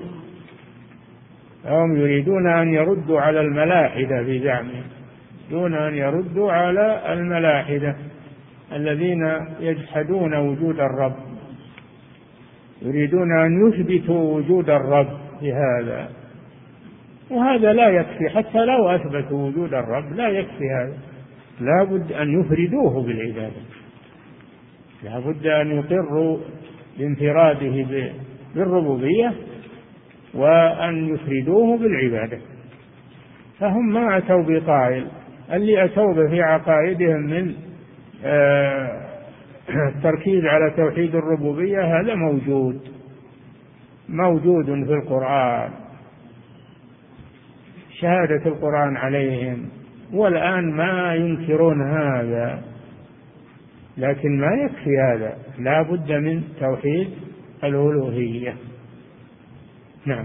Speaker 2: هم يريدون أن يردوا على الملاحدة في زعمهم، دون أن يردوا على الملاحدة الذين يجحدون وجود الرب، يريدون أن يثبتوا وجود الرب بهذا، وهذا لا يكفي. حتى لو أثبتوا وجود الرب لا يكفي هذا، لا بد أن يفردوه بالعبادة، لا بد أن يقروا بانفراده بالربوبية وأن يفردوه بالعبادة. فهم ما أتوا بطائل، اللي أتوا به في عقائدهم من التركيز على توحيد الربوبية هذا موجود في القرآن، شهادة القرآن عليهم، والآن ما ينكرون هذا، لكن ما يكفي هذا، لا بد من توحيد الألوهية. نعم.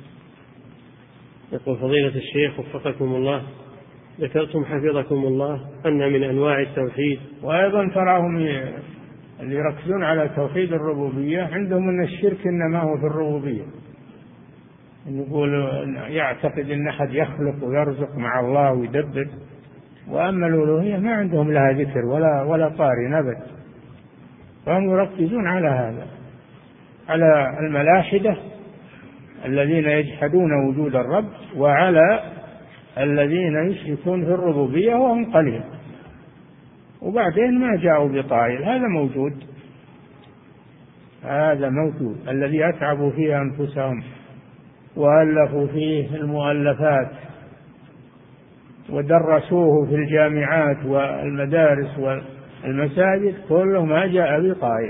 Speaker 1: يقول فضيلة الشيخ وفقكم الله، ذكرتم حفظكم الله أن من أنواع التوحيد،
Speaker 2: وأيضا تراهم اللي يركزون على توحيد الربوبية عندهم أن الشرك إنما هو في الربوبية، يقول يعتقد أن أحد يخلق ويرزق مع الله ويدبر، وأما الألوهية ما عندهم لها ذكر ولا طاري أبدا. فهم يركزون على هذا، على الملاحدة الذين يجحدون وجود الرب، وعلى الذين يشركون في الربوبية وهم قليل، وبعدين ما جاءوا بطائل. هذا موجود الذي أتعبوا فيه أنفسهم وألفوا فيه المؤلفات ودرسوه في الجامعات والمدارس والمساجد، كله ما جاء بطائل،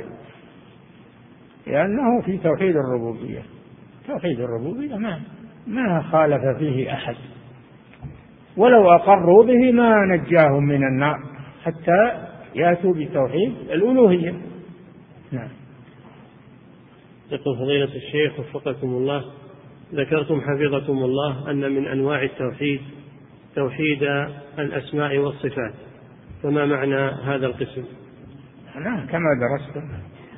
Speaker 2: لأنه في توحيد الربوبية. توحيد الربوبية ما خالف فيه أحد، ولو أقروا به ما نجاهم من النار حتى يأتوا بتوحيد الألوهية. نعم.
Speaker 1: يقول فضيلة الشيخ وفقكم الله، ذكرتم حفظكم الله أن من أنواع التوحيد توحيد الأسماء والصفات، فما معنى هذا القسم؟
Speaker 2: نعم، كما درستم،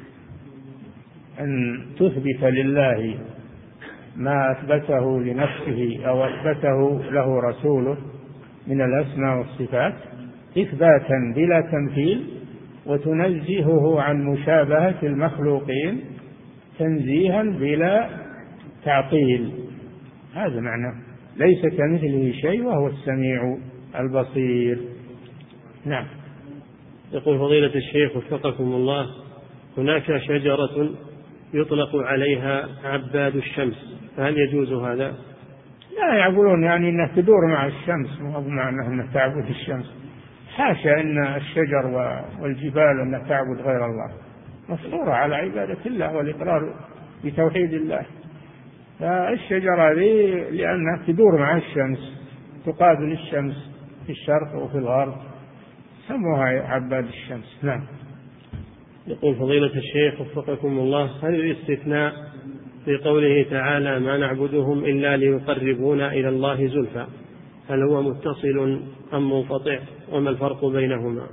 Speaker 2: أن تثبت لله ما أثبته لنفسه أو أثبته له رسوله من الأسماء والصفات إثباتا بلا تمثيل، وتنزهه عن مشابهة المخلوقين تنزيها بلا تعطيل. هذا معنى ليس كمثله شيء وهو السميع البصير. نعم.
Speaker 1: يقول فضيلة الشيخ وفقكم الله، هناك شجرة يطلق عليها عباد الشمس، فهل يجوز هذا؟
Speaker 2: لا يعقلون يعني أنها تدور مع الشمس، مو بمعنى أنها تعبد الشمس، حاشا أن الشجر والجبال أنها تعبد غير الله، مفطورة على عبادة الله والإقرار بتوحيد الله. فالشجرة هذه لأنها تدور مع الشمس، تقابل الشمس في الشرق وفي الغرب، سموها عباد الشمس. نعم.
Speaker 1: يقول فضيلة الشيخ وفقكم الله، هل الاستثناء في قوله تعالى ما نعبدهم إلا ليقربونا إلى الله زلفى، هل هو متصل أم منقطع، وما الفرق بينهما؟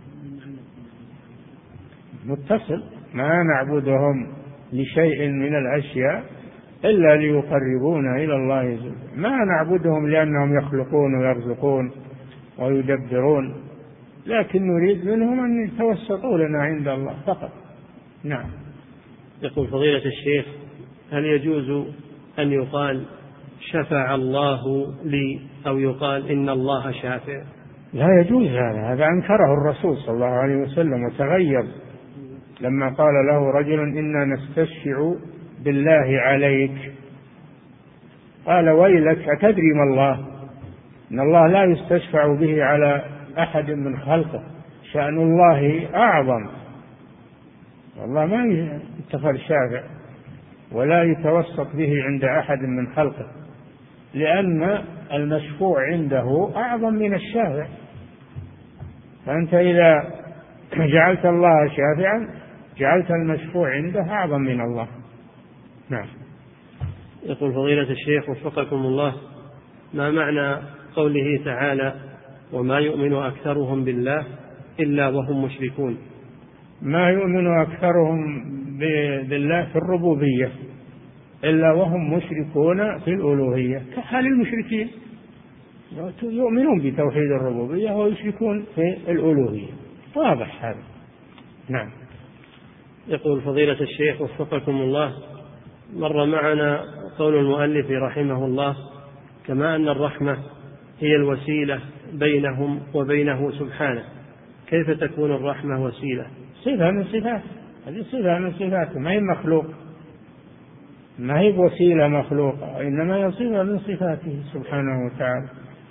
Speaker 2: متصل، ما نعبدهم لشيء من الأشياء إلا ليقربونا إلى الله زلفى، ما نعبدهم لأنهم يخلقون ويرزقون ويدبرون، لكن نريد منهم أن يتوسطوا لنا عند الله فقط. نعم.
Speaker 1: يقول فضيلة الشيخ، هل يجوز أن يقال شفع الله لي أو يقال إن الله شافع؟
Speaker 2: لا يجوز هذا أنكره الرسول صلى الله عليه وسلم وتغير لما قال له رجل إنا نستشفع بالله عليك، قال ويلك أتدري ما الله، إن الله لا يستشفع به على أحد من خلقه، شأن الله أعظم، والله ما يتخذ شافع ولا يتوسط به عند أحد من خلقه، لأن المشفوع عنده أعظم من الشافع، فأنت إذا جعلت الله شافعا جعلت المشفوع عنده أعظم من الله. نعم.
Speaker 1: يقول فضيلة الشيخ وفقكم الله: ما معنى قوله تعالى: وما يؤمن أكثرهم بالله إلا وهم مشركون؟
Speaker 2: ما يؤمن أكثرهم بالله في الربوبية إلا وهم مشركون في الألوهية، كحال المشركين يؤمنون بتوحيد الربوبية ويشركون في الألوهية، واضح هذا. نعم.
Speaker 1: يقول فضيلة الشيخ وفقكم الله: مر معنا قول المؤلف رحمه الله: كما أن الرحمة هي الوسيلة بينهم وبينه سبحانه، كيف تكون الرحمة وسيلة؟
Speaker 2: صفة من صفات، هذه صفة من صفاته، ما هي مخلوق، ما هي وسيلة مخلوقة، إنما هي صفة من صفاته سبحانه وتعالى.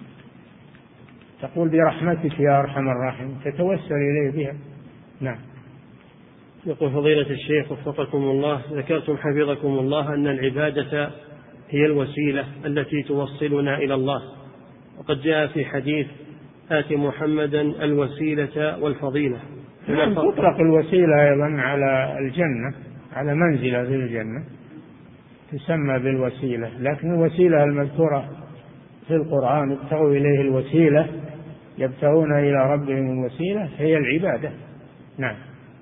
Speaker 2: تقول برحمتك يا أرحم الراحمين، تتوسل إليه بها. نعم.
Speaker 1: يقول فضيلة الشيخ وفقكم الله: ذكرتم حفظكم الله أن العبادة هي الوسيلة التي توصلنا إلى الله، وقد جاء في حديث: آت محمدا الوسيلة والفضيلة.
Speaker 2: نعم، تطلق الوسيلة أيضا على الجنة، على منزلة في الجنة تسمى بالوسيلة، لكن الوسيلة المذكورة في القرآن ابتغوا إليه الوسيلة، يبتغون إلى ربهم الوسيلة، هي العبادة. نعم.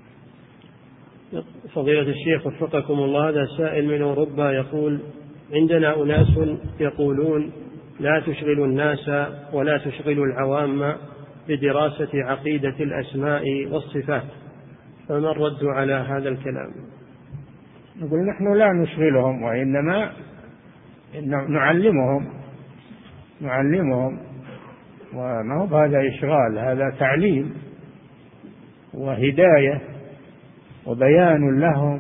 Speaker 1: فضيلة الشيخ وفقكم الله: هذا سائل من أوروبا يقول: عندنا أناس يقولون لا تشغلوا الناس ولا تشغلوا العوام بدراسة عقيدة الأسماء والصفات، فما الرد على هذا الكلام؟
Speaker 2: نقول نحن لا نشغلهم، وإنما نعلمهم، وما هو هذا إشغال، هذا تعليم وهداية وبيان لهم.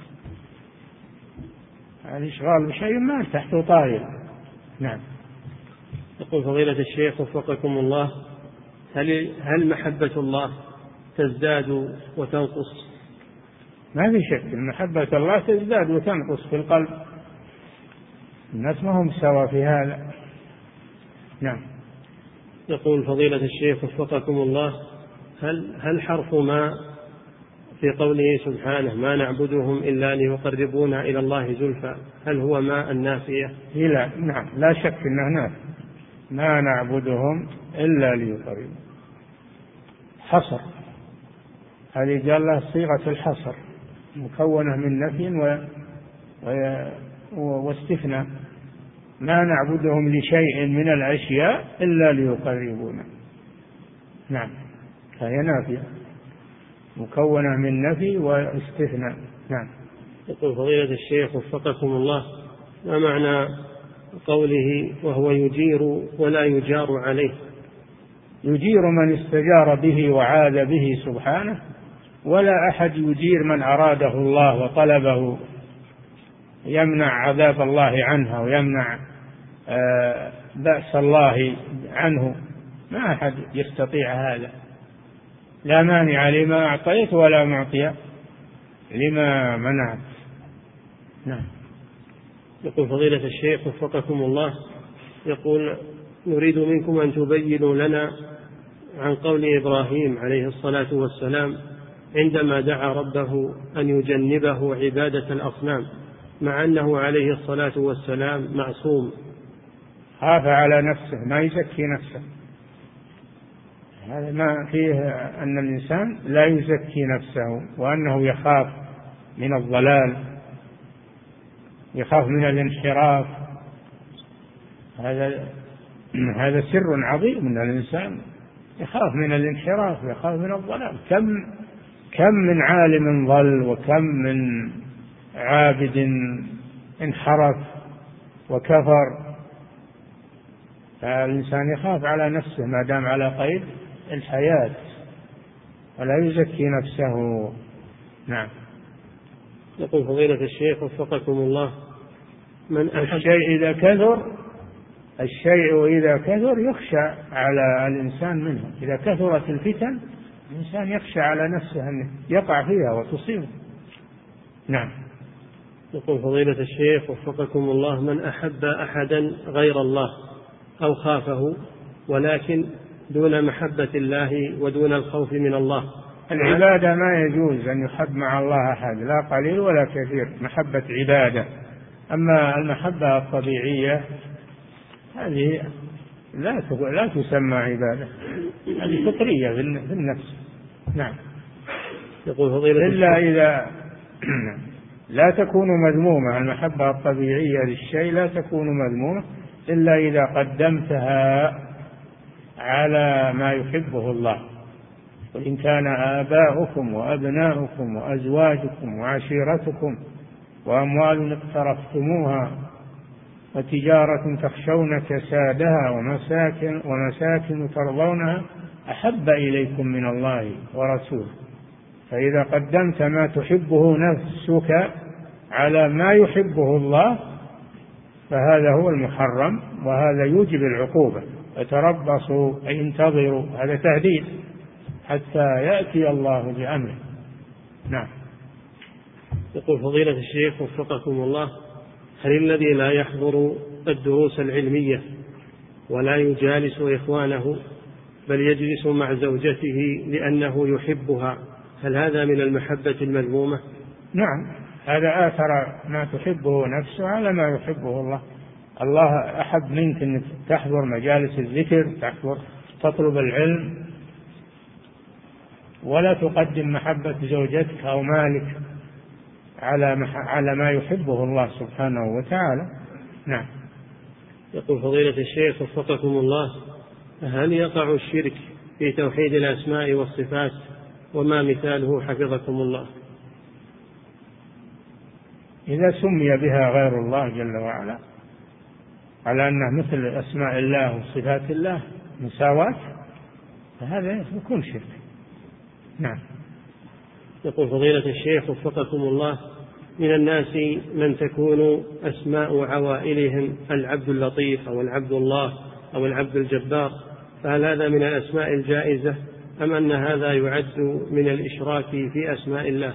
Speaker 2: الإشغال بشيء ما تحت طائل. نعم.
Speaker 1: يقول فضيلة الشيخ وفقكم الله: هل محبة الله تزداد وتنقص؟
Speaker 2: ما في شك أن محبة الله تزداد وتنقص في القلب، الناس ما هم سوا في هذا. نعم.
Speaker 1: يقول فضيلة الشيخ وفقكم الله: هل حرف ما في قوله سبحانه ما نعبدهم إلا ليقربونا إلى الله زلفى، هل هو ما النافية؟
Speaker 2: لا، نعم، لا شك أنه نافي، ما نعبدهم إلا ليقربونا، حصر، هذه قال له صيغة الحصر مكونة من نفي واستثناء، ما نعبدهم لشيء من الأشياء إلا ليقربونا. نعم، فهي نافية مكونة من نفي واستثناء. نعم.
Speaker 1: يقول فضيلة الشيخ وفقكم الله: ما معنى قوله وهو يجير ولا يجار عليه؟
Speaker 2: يجير من استجار به وعاذ به سبحانه، ولا أحد يجير من أراده الله وطلبه، يمنع عذاب الله عنه ويمنع بأس الله عنه، ما أحد يستطيع هذا، لا مانع لما أعطيت ولا معطي لما منعت. نعم.
Speaker 1: يقول فضيلة الشيخ وفقكم الله: يقول نريد منكم أن تبينوا لنا عن قول إبراهيم عليه الصلاة والسلام عندما دعا ربه أن يجنبه عبادة الأصنام، مع أنه عليه الصلاة والسلام معصوم.
Speaker 2: خاف على نفسه، ما يزكي نفسه، هذا ما فيه أن الإنسان لا يزكي نفسه، وأنه يخاف من الضلال، يخاف من الانحراف. هذا سر عظيم من الإنسان، يخاف من الانحراف، يخاف من الضلال. كم من عالم ضل، وكم من عابد انحرف وكفر، فالإنسان يخاف على نفسه ما دام على قيد الحياة، ولا يزكي نفسه. نعم.
Speaker 1: يقول فضيلة الشيخ وفقكم الله:
Speaker 2: الشيء إذا كثر يخشى على الإنسان منه، إذا كثرت الفتن الإنسان يخشى على نفسه أن يقع فيها وتصيبه. نعم.
Speaker 1: يقول فضيلة الشيخ وفقكم الله: من أحب أحدا غير الله أو خافه ولكن دون محبة الله ودون الخوف من الله،
Speaker 2: العبادة ما يجوز أن يحب مع الله أحد، لا قليل ولا كثير، محبة عبادة. أما المحبة الطبيعية هذه لا تسمى عبادة، هذه فطرية في النفس. نعم.
Speaker 1: يقول فضيلة
Speaker 2: إلا إذا لا تكون مذمومة، المحبة الطبيعية للشيء لا تكون مذمومة إلا إذا قدمتها على ما يحبه الله. وإن كان آباؤكم وأبناؤكم وأزواجكم وعشيرتكم وأموال اقترفتموها وتجارة تخشون كسادها ومساكن ترضونها أحب إليكم من الله ورسوله، فإذا قدمت ما تحبه نفسك على ما يحبه الله فهذا هو المحرم، وهذا يوجب العقوبة. فتربصوا أي انتظروا، هذا تهديد حتى يأتي الله بأمره. نعم.
Speaker 1: يقول فضيلة الشيخ وفقكم الله: هل الذي لا يحضر الدروس العلمية ولا يجالس إخوانه بل يجلس مع زوجته لأنه يحبها، هل هذا من المحبة المذمومة؟
Speaker 2: نعم، هذا آثر ما تحبه نفسه على ما يحبه الله. الله أحب منك أنك تحضر مجالس الذكر، تطلب العلم، ولا تقدم محبة زوجتك أو مالك على ما يحبه الله سبحانه وتعالى. نعم.
Speaker 1: يقول فضيلة الشيخ وفقكم الله: هل يقع الشرك في توحيد الأسماء والصفات، وما مثاله حفظكم الله؟
Speaker 2: إذا سمي بها غير الله جل وعلا على أنه مثل أسماء الله وصفات الله مساواة، فهذا يكون شرك. نعم.
Speaker 1: يقول فضيلة الشيخ وفقكم الله: من الناس من تكون أسماء عوائلهم العبد اللطيف أو العبد الله أو العبد الجبار، فهل هذا من الأسماء الجائزة أم أن هذا يعد من الإشراك في أسماء الله؟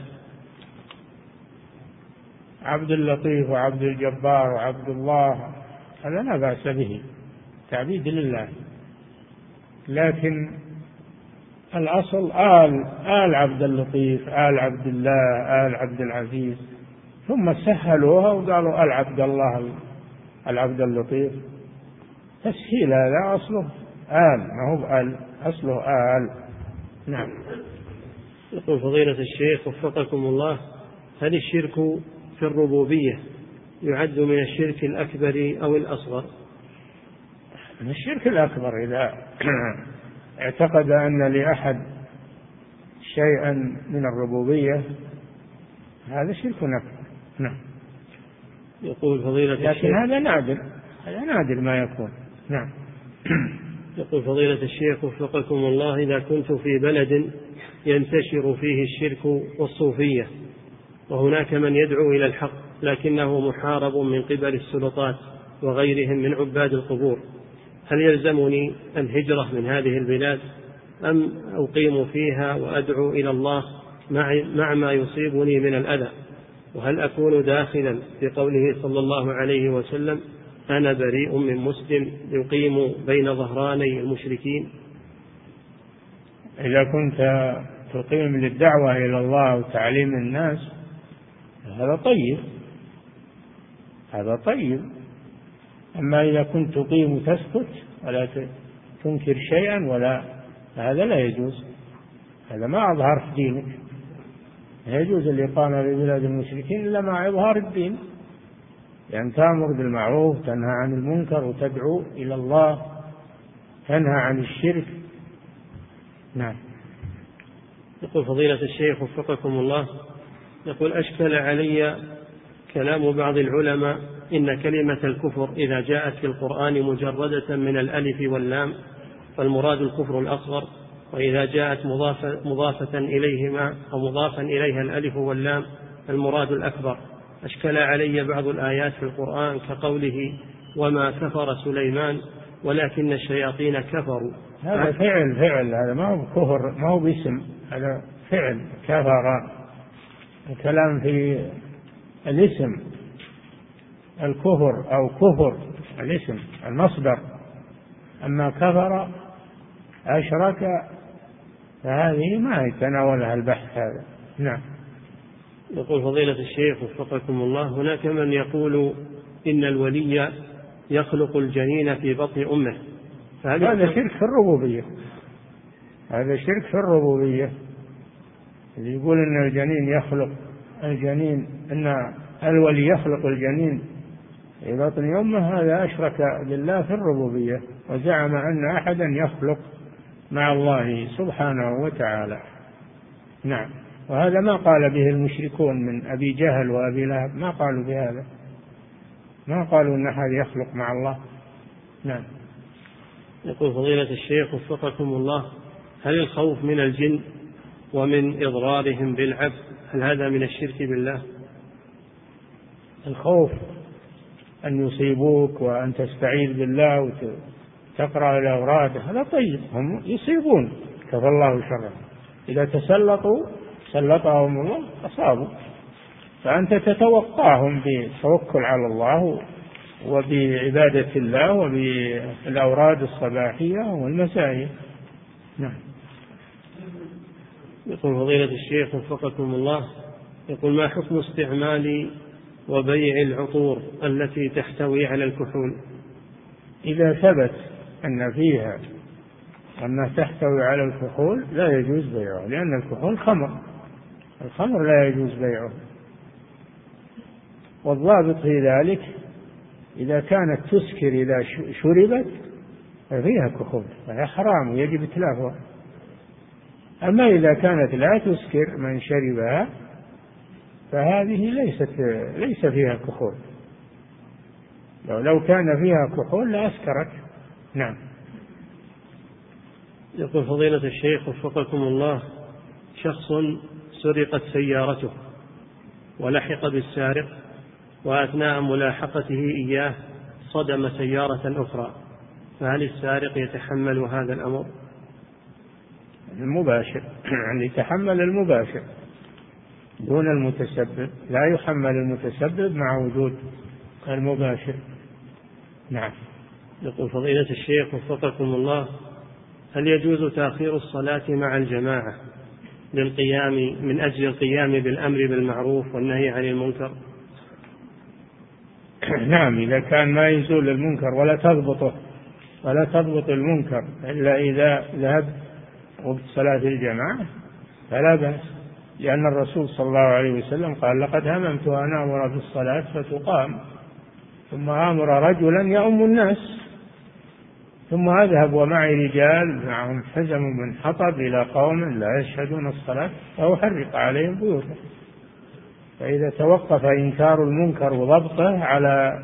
Speaker 2: عبد اللطيف وعبد الجبار وعبد الله هذا لا بأس به، تعبيد لله، لكن الأصل آل عبد اللطيف، آل عبد الله، آل عبد العزيز، ثم سهلوها وقالوا العبد الله العبد اللطيف. تسهيل هذا أصله آل، ما هو آل، أصله آل. نعم.
Speaker 1: يقول فضيلة الشيخ وفقكم الله: هل الشرك في الربوبية يعد من الشرك الأكبر أو الأصغر؟
Speaker 2: من الشرك الأكبر إذا اعتقد أن لأحد شيئا من الربوبية، هذا شرك أكبر. نعم.
Speaker 1: يقول فضيلة الشيخ،
Speaker 2: لكن هذا نادر ما يكون. نعم.
Speaker 1: يقول فضيلة الشيخ وفقكم الله: إذا كنت في بلد ينتشر فيه الشرك والصوفية وهناك من يدعو إلى الحق لكنه محارب من قبل السلطات وغيرهم من عباد القبور، هل يلزمني الهجرة من هذه البلاد أم أقيم فيها وأدعو إلى الله مع ما يصيبني من الأذى؟ وهل أكون داخلا في قوله صلى الله عليه وسلم: أنا بريء من مسلم يقيم بين ظهراني المشركين؟
Speaker 2: إذا كنت تقيم للدعوة إلى الله وتعليم الناس هذا طيب. أما إذا كنت تقيم وتسكت ولا تنكر شيئا هذا لا يجوز، هذا ما أظهرت دينك. لا يجوز الإقامة ببلاد المشركين إلا مع إظهار الدين، يعني تأمر بالمعروف، تنهى عن المنكر، وتدعو إلى الله، تنهى عن الشرك. نعم.
Speaker 1: يقول فضيلة الشيخ وفقكم الله: يقول أشكل علي كلام بعض العلماء إن كلمة الكفر إذا جاءت في القرآن مجردة من الألف واللام فالمراد الكفر الأصغر، وإذا جاءت مضافة إليهما أو مضافا إليها الألف واللام المراد الأكبر. أشكل علي بعض الآيات في القرآن كقوله: وما كفر سليمان ولكن الشياطين كفروا.
Speaker 2: هذا فعل، هذا ما هو كفر، ما هو باسم، هذا فعل كفر. الكلام في الاسم الكفر أو كفر الاسم المصدر. أما كفر أشرك فهذه ما يتناولها البحث هذا. نعم.
Speaker 1: يقول فضيلة الشيخ وفقكم الله: هناك من يقول إن الولي يخلق الجنين في بطن أمه،
Speaker 2: هذا شرك في الربوبية. هذا شرك في الربوبية. اللي يقول إن الجنين يخلق الجنين، إن الولي يخلق الجنين في بطن أمه، هذا أشرك بالله في الربوبية، وزعم أن أحدا يخلق مع الله سبحانه وتعالى. نعم. وهذا ما قال به المشركون من أبي جهل وأبي لهب، ما قالوا بهذا، ما قالوا أن أحد يخلق مع الله. نعم.
Speaker 1: يقول فضيلة الشيخ وفقكم الله: هل الخوف من الجن ومن إضرارهم بالعبد هل هذا من الشرك بالله؟
Speaker 2: الخوف أن يصيبوك وأن تستعيذ بالله وتقرأ الأوراد هذا طيب، هم يصيبون كفى الله شرهم. إذا سلطهم الله أصابوا، فأنت تتوقعهم بالتوكل على الله وبعبادة الله وبالأوراد الصباحية والمسائية. نعم.
Speaker 1: يقول فضيلة الشيخ وفقكم الله: يقول ما حكم استعمال وبيع العطور التي تحتوي على الكحول؟
Speaker 2: إذا ثبت أن فيها أنها تحتوي على الكحول لا يجوز بيعه، لأن الكحول خمر، الخمر لا يجوز بيعه. والضابط في ذلك إذا كانت تسكر إذا شربت فيها كحول فهي حرام ويجب إتلافها. أما إذا كانت لا تسكر من شربها فهذه ليس فيها كحول. لو كان فيها كحول لأسكرت. نعم.
Speaker 1: يقول فضيلة الشيخ وفقكم الله: شخص سرقت سيارته ولحق بالسارق، وأثناء ملاحقته إياه صدم سيارة أخرى، فهل السارق يتحمل هذا الأمر؟
Speaker 2: المباشر يعني يتحمل المباشر دون المتسبب، لا يحمل المتسبب مع وجود المباشر. نعم.
Speaker 1: يقول فضيلة الشيخ وفقكم الله: هل يجوز تأخير الصلاة مع الجماعة من أجل القيام بالأمر بالمعروف والنهي عن المنكر؟
Speaker 2: نعم، إذا كان ما يزول المنكر ولا تضبط المنكر إلا إذا ذهب وقت صلاة الجماعة فلا بأس، لأن الرسول صلى الله عليه وسلم قال: لقد هممت أن آمر بالصلاة فتقام ثم آمر رجلا يؤم الناس ثم أذهب ومعي رجال معهم حزم من حطب إلى قوم لا يشهدون الصلاة فأحرق عليهم بيوتهم. فإذا توقف إنكار المنكر وضبطه على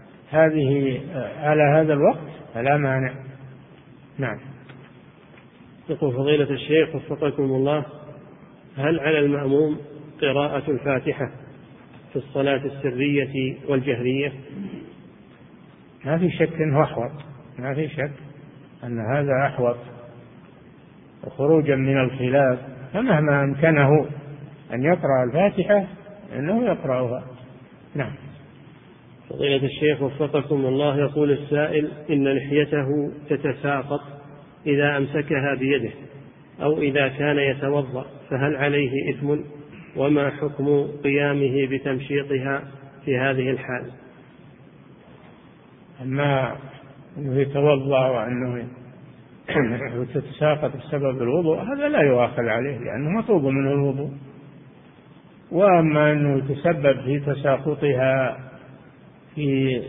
Speaker 2: هذا الوقت فلا مانع. نعم.
Speaker 1: يقول فضيلة الشيخ وفقكم الله: هل على المأموم قراءة الفاتحة في الصلاة السرية والجهرية؟
Speaker 2: ما في شك أنه أحوط، ما في شك أن هذا أحوط خروجا من الخلاف، فمهما أمكنه أن يقرأ الفاتحة إنه يقرأها. نعم.
Speaker 1: فضيلة الشيخ وفقكم الله: يقول السائل إن لحيته تتساقط إذا أمسكها بيده أو إذا كان يتوضأ، فهل عليه إثم؟ وما حكم قيامه بتمشيطها في هذه الحال؟
Speaker 2: أما أنه يتوضأ وأنه تتساقط بسبب الوضوء هذا لا يؤاخذ عليه لأنه مطلوب منه الوضوء. وأما أنه يتسبب في تساقطها في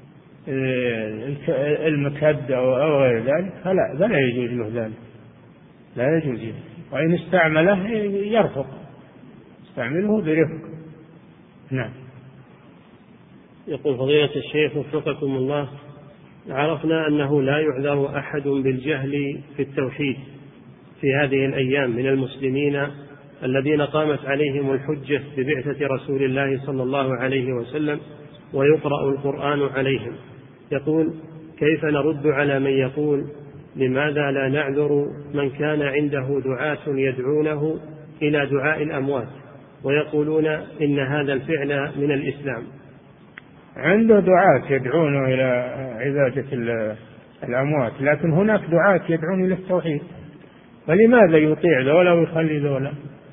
Speaker 2: المكد أو غير ذلك فلا يجوز له ذلك، لا يجوز له. وإن استعمله يرفق، استعمله برفق. نعم.
Speaker 1: يقول فضيلة الشيخ وفقكم الله: عرفنا أنه لا يعذر أحد بالجهل في التوحيد في هذه الأيام من المسلمين الذين قامت عليهم الحجة ببعثة رسول الله صلى الله عليه وسلم ويقرأ القرآن عليهم. يقول: كيف نرد على من يقول لماذا لا نعذر من كان عنده دعاة يدعونه إلى دعاء الأموات ويقولون إن هذا الفعل من الإسلام.
Speaker 2: عنده دعاة يدعون إلى عبادة الأموات، لكن هناك دعاة يدعون إلى التوحيد، فلماذا يطيع ذولا ويخلي ذولا؟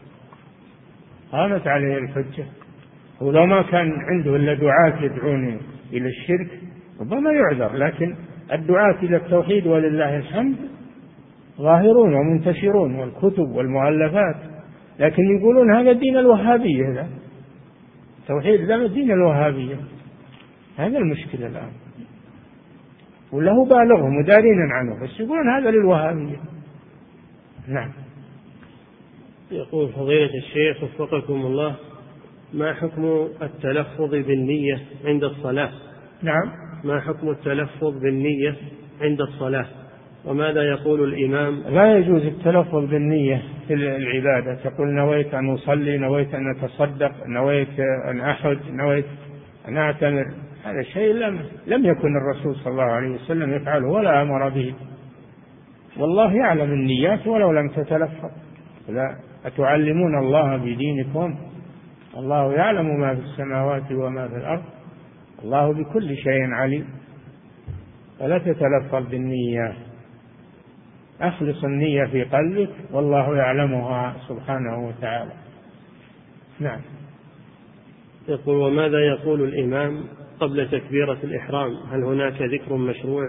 Speaker 2: قامت عليه الحجة. ولو ما كان عنده إلا دعاة يدعون إلى الشرك ربما يعذر، لكن الدعاة إلى التوحيد ولله الحمد ظاهرون ومنتشرون، والكتب والمؤلفات، لكن يقولون هذا دين الوهابية، لا توحيد لا دين الوهابية. هذا المشكلة الآن، وله بالغه مدارين عنه، بس يقولون هذا للوهابية. نعم.
Speaker 1: يقول فضيلة الشيخ وفقكم الله: ما حكم التلفظ بالنية عند الصلاة؟
Speaker 2: نعم.
Speaker 1: ما حكم التلفظ بالنية عند الصلاة؟ وماذا يقول الإمام؟
Speaker 2: لا يجوز التلفظ بالنية في العبادة، تقول نويت أن أصلي، نويت أن أتصدق، نويت أن أحج، نويت أن أعتمر. هذا شيء لم يكن الرسول صلى الله عليه وسلم يفعله ولا أمر به، والله يعلم النيات ولو لم تتلفظ. لا أتعلمون الله بدينكم، الله يعلم ما في السماوات وما في الأرض، الله بكل شيء عليم. فلا تتلفظ بالنية، أخلص النية في قلبك والله يعلمها سبحانه وتعالى. نعم.
Speaker 1: يقول: وماذا يقول الإمام قبل تكبيرة الإحرام؟ هل هناك ذكر مشروع؟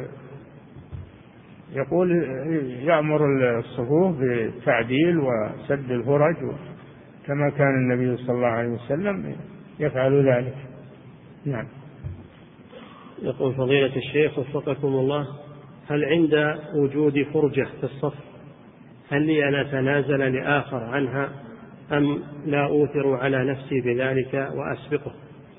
Speaker 2: يقول يأمر الصفوف بالتعديل وسد الفرج كما كان النبي صلى الله عليه وسلم يفعل ذلك. نعم.
Speaker 1: يقول فضيلة الشيخ وفقكم الله: هل عند وجود فرجة في الصف هل لي أن أتنازل لآخر عنها أم لا أوثر على نفسي بذلك وأسبقه؟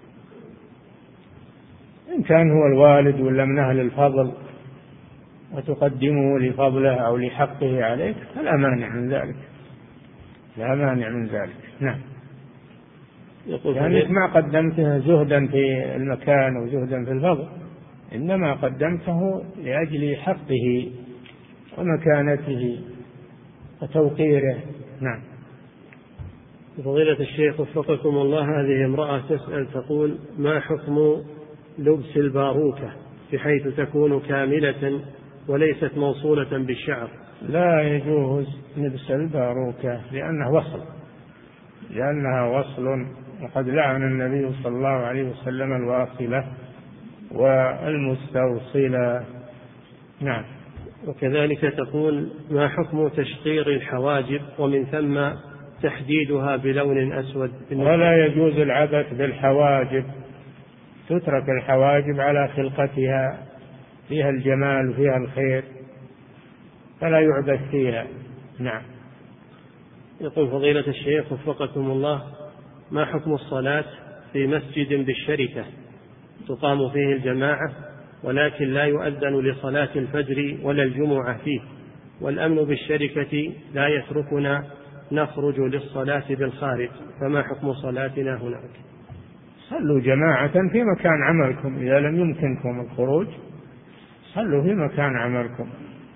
Speaker 2: إن كان هو الوالد ولا من أهل الفضل وتقدمه لفضله أو لحقه عليك فلا مانع من ذلك، لا مانع من ذلك. نعم. يعني ما قدمته زهدا في المكان وزهدا في الفضل، إنما قدمته لأجل حقه ومكانته وتوقيره. نعم.
Speaker 1: فضيلة الشيخ وفقكم الله: هذه امرأة تسأل تقول: ما حكم لبس الباروكة بحيث تكون كاملة وليست موصولة بالشعر؟
Speaker 2: لا يجوز لبس الباروكة لأنها وصل، وقد لعن النبي صلى الله عليه وسلم الواصلة والمستوصلة. نعم.
Speaker 1: وكذلك تقول: ما حكم تشقير الحواجب ومن ثم تحديدها بلون أسود؟
Speaker 2: ولا يجوز العبث بالحواجب، تترك الحواجب على خلقتها، فيها الجمال وفيها الخير، فلا يعبث فيها. نعم.
Speaker 1: يقول فضيلة الشيخ وفقكم الله: ما حكم الصلاة في مسجد بالشركة تقام فيه الجماعة ولكن لا يؤذن لصلاة الفجر ولا الجمعة فيه، والأمن بالشركة لا يتركنا نخرج للصلاة بالخارج، فما حكم صلاتنا هناك؟
Speaker 2: صلوا جماعة في مكان عملكم، إذا لم يمكنكم الخروج صلوا في مكان عملكم،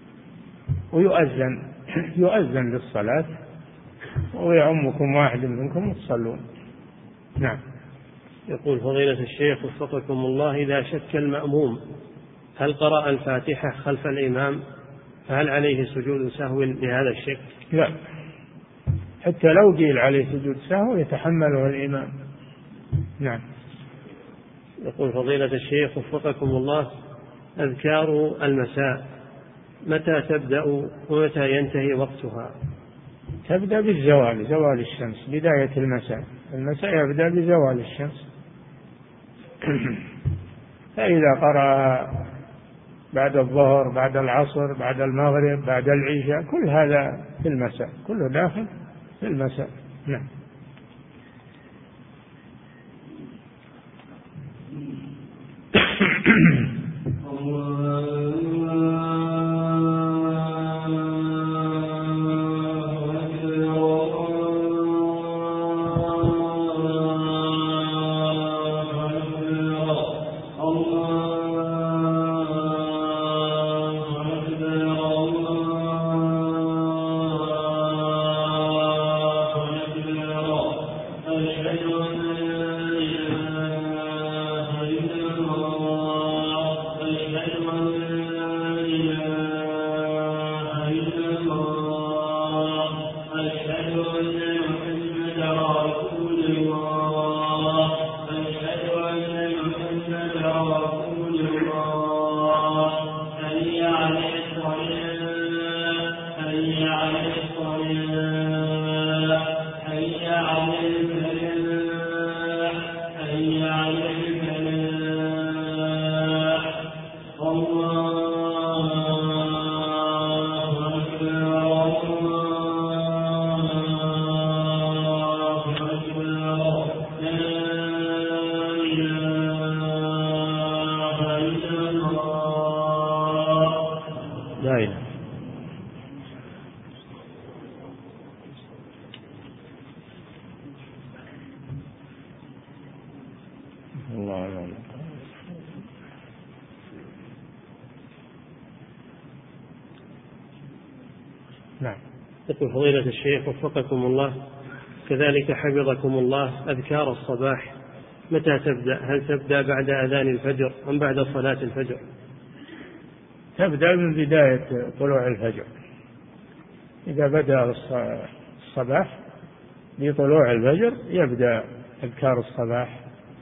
Speaker 2: ويؤذن للصلاة ويعمكم واحد منكم تصلون. نعم.
Speaker 1: يقول فضيلة الشيخ وفقكم الله: إذا شك المأموم هل قرأ الفاتحة خلف الإمام فهل عليه سجود سهو لهذا الشك؟
Speaker 2: لا، حتى لو قيل عليه سجود سهو يتحمله الإمام. نعم.
Speaker 1: يقول فضيلة الشيخ وفقكم الله: أذكار المساء متى تبدأ ومتى ينتهي وقتها؟
Speaker 2: تبدأ بالزوال، زوال الشمس، بداية المساء يبدأ بزوال الشمس. فإذا قرأ بعد الظهر، بعد العصر، بعد المغرب، بعد العشاء، كل هذا في المساء، كله داخل في المساء. نعم. الله أعلم.
Speaker 1: نعم. يقول فضيلة الشيخ وفقكم الله، كذلك حفظكم الله، أذكار الصباح متى تبدأ؟ هل تبدأ بعد أذان الفجر أم بعد صلاة الفجر؟
Speaker 2: تبدأ من بداية طلوع الفجر. إذا بدأ الصباح بطلوع الفجر يبدأ أذكار الصباح،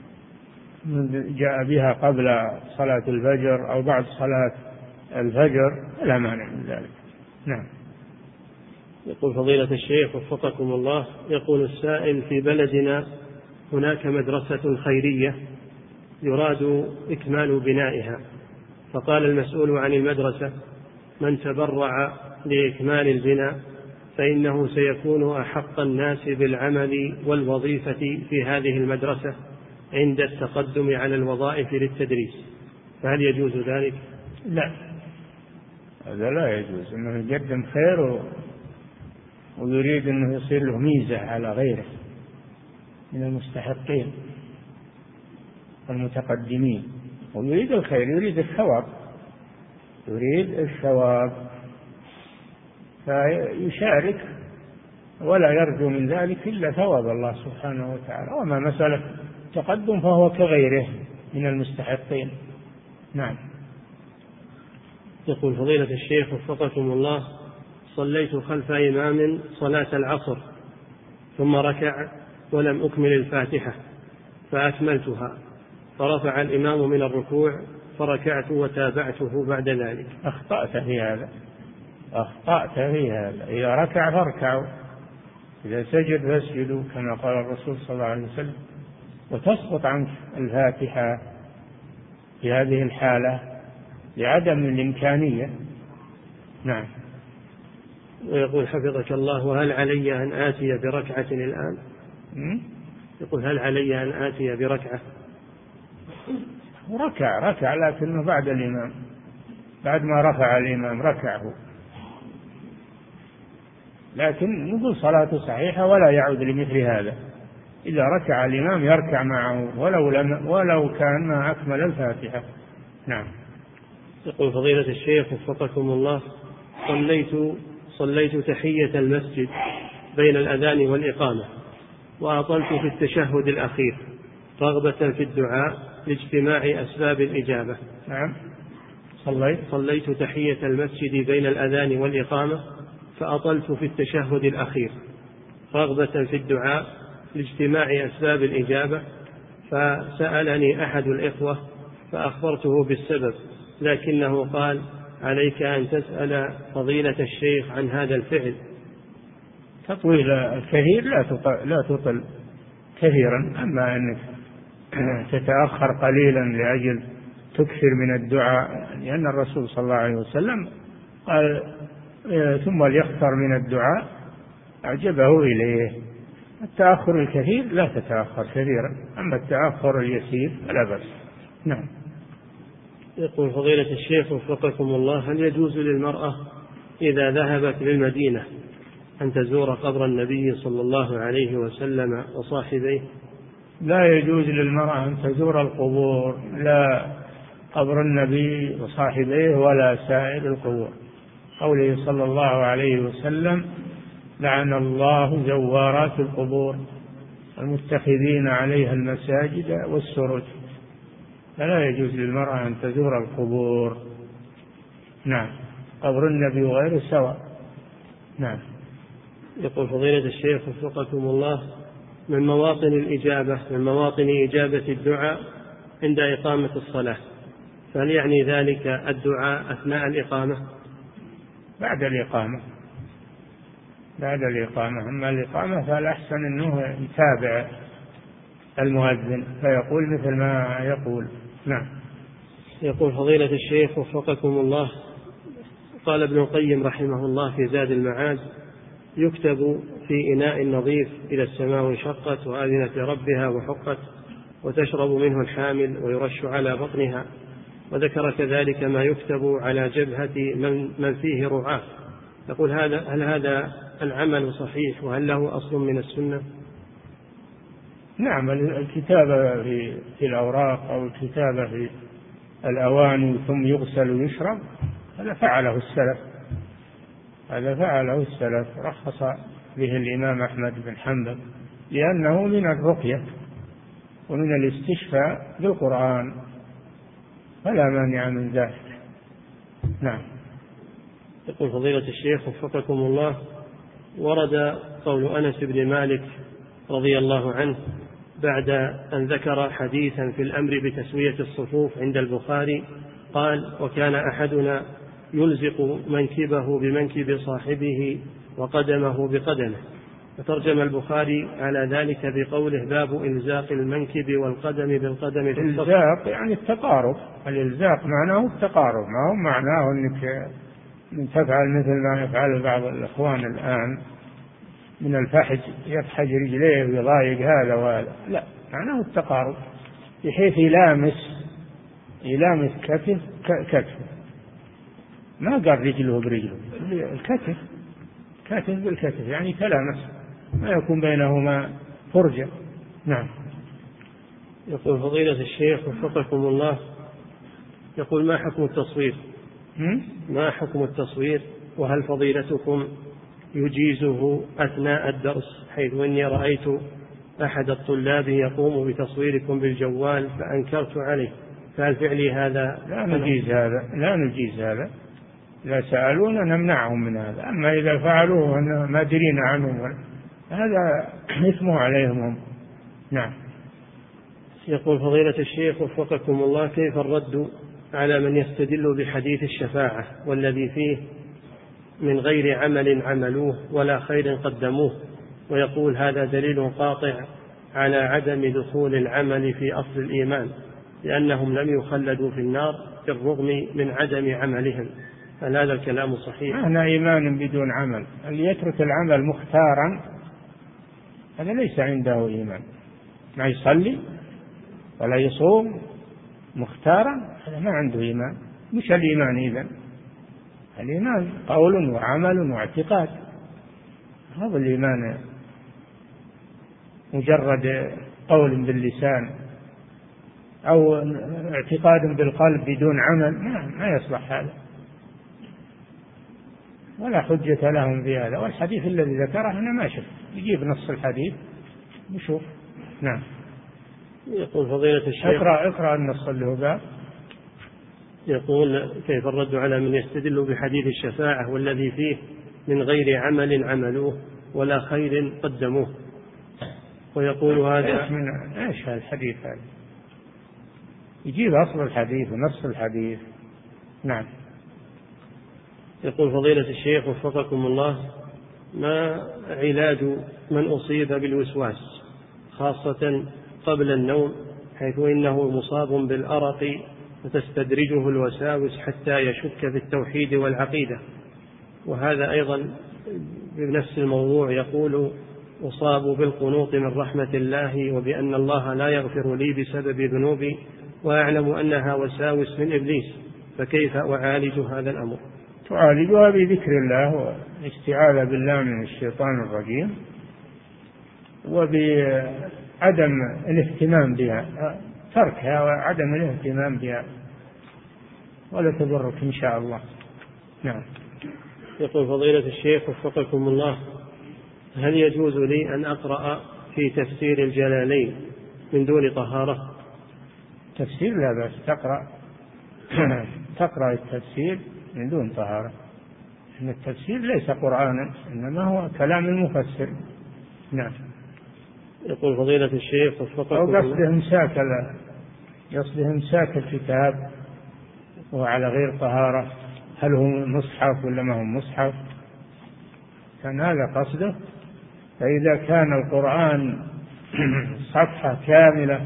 Speaker 2: جاء بها قبل صلاة الفجر أو بعد صلاة الفجر لا مانع من ذلك. نعم.
Speaker 1: يقول فضيلة الشيخ وفقكم الله، يقول السائل: في بلدنا هناك مدرسة خيرية يراد إكمال بنائها، فقال المسؤول عن المدرسة: من تبرع لإكمال البناء فإنه سيكون أحق الناس بالعمل والوظيفة في هذه المدرسة عند التقدم على الوظائف للتدريس، فهل يجوز ذلك؟
Speaker 2: لا، هذا لا يجوز، أنه يقدم خير ويريد أنه يصير له ميزة على غيره من المستحقين المتقدمين، ويريد الخير، يريد الثواب، يريد الثواب، فيشارك ولا يرجو من ذلك إلا ثواب الله سبحانه وتعالى. وما مسألة تقدم فهو كغيره من المستحقين. نعم.
Speaker 1: يقول فضيلة الشيخ وفقكم الله، صليت خلف إمام صلاة العصر ثم ركع ولم أكمل الفاتحة فأكملتها، فرفع الإمام من الركوع فركعت وتابعته بعد ذلك.
Speaker 2: أخطأت في هذا، أخطأت في هذا. إذا ركع فاركعوا، إذا سجد فاسجدوا كما قال الرسول صلى الله عليه وسلم، وتسقط عنك الفاتحة في هذه الحالة لعدم الإمكانية. نعم.
Speaker 1: ويقول حفظك الله: وهل علي أن آتي بركعة الآن؟ يقول: هل علي أن آتي بركعة؟
Speaker 2: ركع لكنه بعد الإمام، بعد ما رفع الإمام ركعه، لكن نقول صلاته صحيحة ولا يعود لمثل هذا. إذا ركع الإمام يركع معه ولو كان ما أكمل الفاتحة. نعم.
Speaker 1: يقول فضيلة الشيخ وفقكم الله، صليت تحية المسجد بين الأذان والإقامة وأطلت في التشهد الأخير رغبة في الدعاء لاجتماع أسباب الإجابة.
Speaker 2: نعم.
Speaker 1: صليت تحية المسجد بين الأذان والإقامة فأطلت في التشهد الأخير رغبة في الدعاء لاجتماع أسباب الإجابة، فسألني أحد الإخوة فأخبرته بالسبب، لكنه قال: عليك أن تسأل فضيلة الشيخ عن هذا الفعل.
Speaker 2: تطويل الكثير لا تطل كثيرا، أما أنك تتأخر قليلا لأجل تكثر من الدعاء، لأن الرسول صلى الله عليه وسلم قال: ثم ليختر من الدعاء أعجبه إليه. التأخر الكثير لا تتأخر كثيرا، أما التأخر اليسير فلا بأس. نعم.
Speaker 1: يقول فضيلة الشيخ وفقكم الله: هل يجوز للمرأة إذا ذهبت للمدينة أن تزور قبر النبي صلى الله عليه وسلم وصاحبيه؟
Speaker 2: لا يجوز للمرأة أن تزور القبور، لا قبر النبي وصاحبيه ولا سائر القبور. قوله صلى الله عليه وسلم: لعن الله زوارات القبور المتخذين عليها المساجد والسرج. فلا يجوز للمرأة أن تزور القبور. نعم. قبر النبي وغيره سواء. نعم.
Speaker 1: يقول فضيلة الشيخ وفقكم الله: من مواطن إجابة الدعاء عند إقامة الصلاة، فهل يعني ذلك الدعاء أثناء الإقامة؟
Speaker 2: بعد الإقامة. أما الإقامة فالأحسن أنه يتابع المؤذن فيقول مثل ما يقول. نعم.
Speaker 1: يقول فضيلة الشيخ وفقكم الله: قال ابن القيم رحمه الله في زاد المعاد: يكتب في إناء نظيف إذا السماء انشقت وآذنت لربها وحقت وتشرب منه الحامل ويرش على بطنها، وذكر كذلك ما يكتب على جبهة من فيه رعاة. يقول: هل هذا العمل صحيح، وهل له أصل من السنة؟
Speaker 2: نعم، الكتابة في الأوراق أو الكتابة في الأواني ثم يغسل ويشرب هذا فعله السلف، رخص به الإمام أحمد بن حنبل لأنه من الرقية ومن الاستشفاء بالقرآن، فلا مانع من ذلك. نعم.
Speaker 1: يقول فضيلة الشيخ وفقكم الله: ورد قول أنس بن مالك رضي الله عنه بعد أن ذكر حديثا في الأمر بتسوية الصفوف عند البخاري، قال: وكان أحدنا يلزق منكبه بمنكب صاحبه وقدمه بقدمه. فترجم البخاري على ذلك بقوله: باب إلزاق المنكب والقدم بالقدم في الصف.
Speaker 2: الإلزاق يعني التقارب، الإلزاق معناه التقارب، ما هو معناه أنك تفعل مثل ما يفعل بعض الإخوان الآن من الفحج، يفحج رجليه ويضايق هذا وهذا، لا، معناه التقارب بحيث يلامس كتفه، ما قال رجله برجله، كتف بالكتف، يعني تلامس، ما يكون بينهما فرجة. نعم.
Speaker 1: يقول فضيلة الشيخ وفقكم الله: يقول ما حكم التصوير؟ ما حكم التصوير؟ وهل فضيلتكم يجيزه أثناء الدرس؟ حيث إني رأيت أحد الطلاب يقوم بتصويركم بالجوال فأنكرت عليه، فهل فعلي هذا؟
Speaker 2: لا نجيز هذا، إذا سألونا نمنعهم من هذا، أما إذا فعلوه ما درينا عنه هذا اسمه عليهم هم. نعم.
Speaker 1: يقول فضيلة الشيخ وفقكم الله: كيف الرد على من يستدل بحديث الشفاعة والذي فيه من غير عمل عملوه ولا خير قدموه، ويقول هذا دليل قاطع على عدم دخول العمل في أصل الإيمان لأنهم لم يخلدوا في النار بالرغم من عدم عملهم، هل هذا الكلام صحيح؟
Speaker 2: هنا إيمان بدون عمل، اللي يترك العمل مختارا هذا ليس عنده إيمان، ما يصلي ولا يصوم مختارا هذا ما عنده إيمان. مش الإيمان إذن؟ الإيمان قول وعمل واعتقاد، هذا الإيمان مجرد قول باللسان أو اعتقاد بالقلب بدون عمل ما يصلح هذا، ولا حجة لهم في هذا. والحديث الذي ذكره أنا ما شفت، يجيب نص الحديث نشوف. نعم.
Speaker 1: يقول فضيلة الشيخ:
Speaker 2: اقرأ النص اللي هو قال.
Speaker 1: يقول: كيف الرد على من يستدل بحديث الشفاعة والذي فيه من غير عمل عملوه ولا خير قدموه، ويقول هذا
Speaker 2: من ايش الحديث هذا؟ يجيب أصل الحديث ونص الحديث. نعم.
Speaker 1: يقول فضيلة الشيخ وفقكم الله: ما علاج من أصيب بالوسواس خاصة قبل النوم، حيث إنه مصاب بالأرق وتستدرجه الوساوس حتى يشك في التوحيد والعقيدة؟ وهذا أيضا بنفس الموضوع يقول: أصاب بالقنوط من رحمة الله وبأن الله لا يغفر لي بسبب ذنوبي وأعلم أنها وساوس من إبليس، فكيف أعالج هذا الأمر؟
Speaker 2: تعالجها بذكر الله والاستعاذة بالله من الشيطان الرجيم وبعدم الاهتمام بها، تركها وعدم الاهتمام بها ولا تضرك إن شاء الله. نعم.
Speaker 1: يقول فضيلة الشيخ وفقكم الله: هل يجوز لي أن أقرأ في تفسير الجلالين من دون طهارة؟
Speaker 2: تفسير لا بأس، تقرأ التفسير من دون طهارة، إن التفسير ليس قرآنا إنما هو كلام المفسر. نعم.
Speaker 1: يقول فضيلة الشيخ وفقكم
Speaker 2: أو
Speaker 1: الله:
Speaker 2: قصده إمساك الكتاب وعلى غير طهارة، هل هو مصحف ولا ما هو مصحف؟ كان هذا قصده. فإذا كان القرآن صفحة كاملة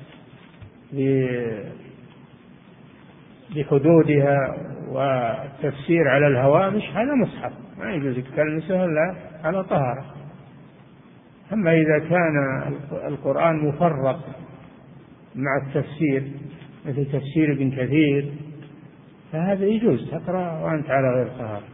Speaker 2: بحدودها والتفسير على الهوامش هذا مصحف، ما يجوز تلمسه إلا على طهارة. أما إذا كان القرآن مفرق مع التفسير مثل تفسير ابن كثير فهذا يجوز تقرأ وأنت على غير طهارة،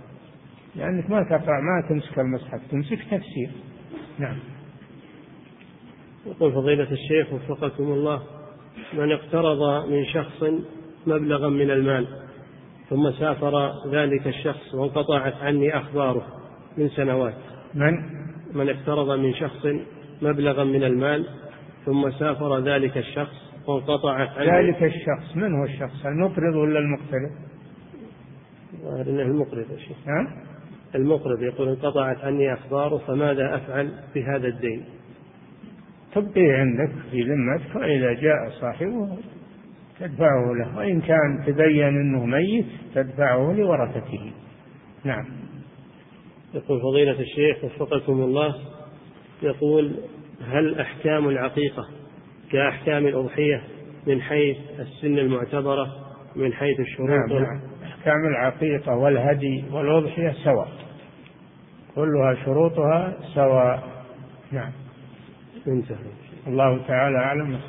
Speaker 2: لأنك ما تقرأ، ما تمسك المصحف، تمسك تفسير. نعم.
Speaker 1: يقول فضيلة الشيخ وفقكم الله: من اقترض من شخص مبلغا من المال ثم سافر ذلك الشخص وانقطعت عني أخباره من سنوات. من اقترض من شخص مبلغا من المال ثم سافر ذلك الشخص وانقطعت عني.
Speaker 2: ذلك الشخص من هو الشخص؟ المقرض ولا المقترض؟
Speaker 1: إنه المقرض يا شيخ. المقرض يقول: انقطعت عني أخباره فماذا أفعل بهذا الدين؟
Speaker 2: تبقيه عندك في ذمتك، وإذا جاء صاحبه تدفعه له، وإن كان تبين أنه ميت تدفعه لورثته. نعم.
Speaker 1: يقول فضيلة الشيخ وفقكم الله: يقول: هل أحكام العقيقة كأحكام الأضحية من حيث السن المعتبرة من حيث الشروط؟
Speaker 2: نعم. أحكام العقيقة والهدي والأضحية سواء، كلها شروطها سواء. نعم.
Speaker 1: انتهى.
Speaker 2: الله تعالى أعلم.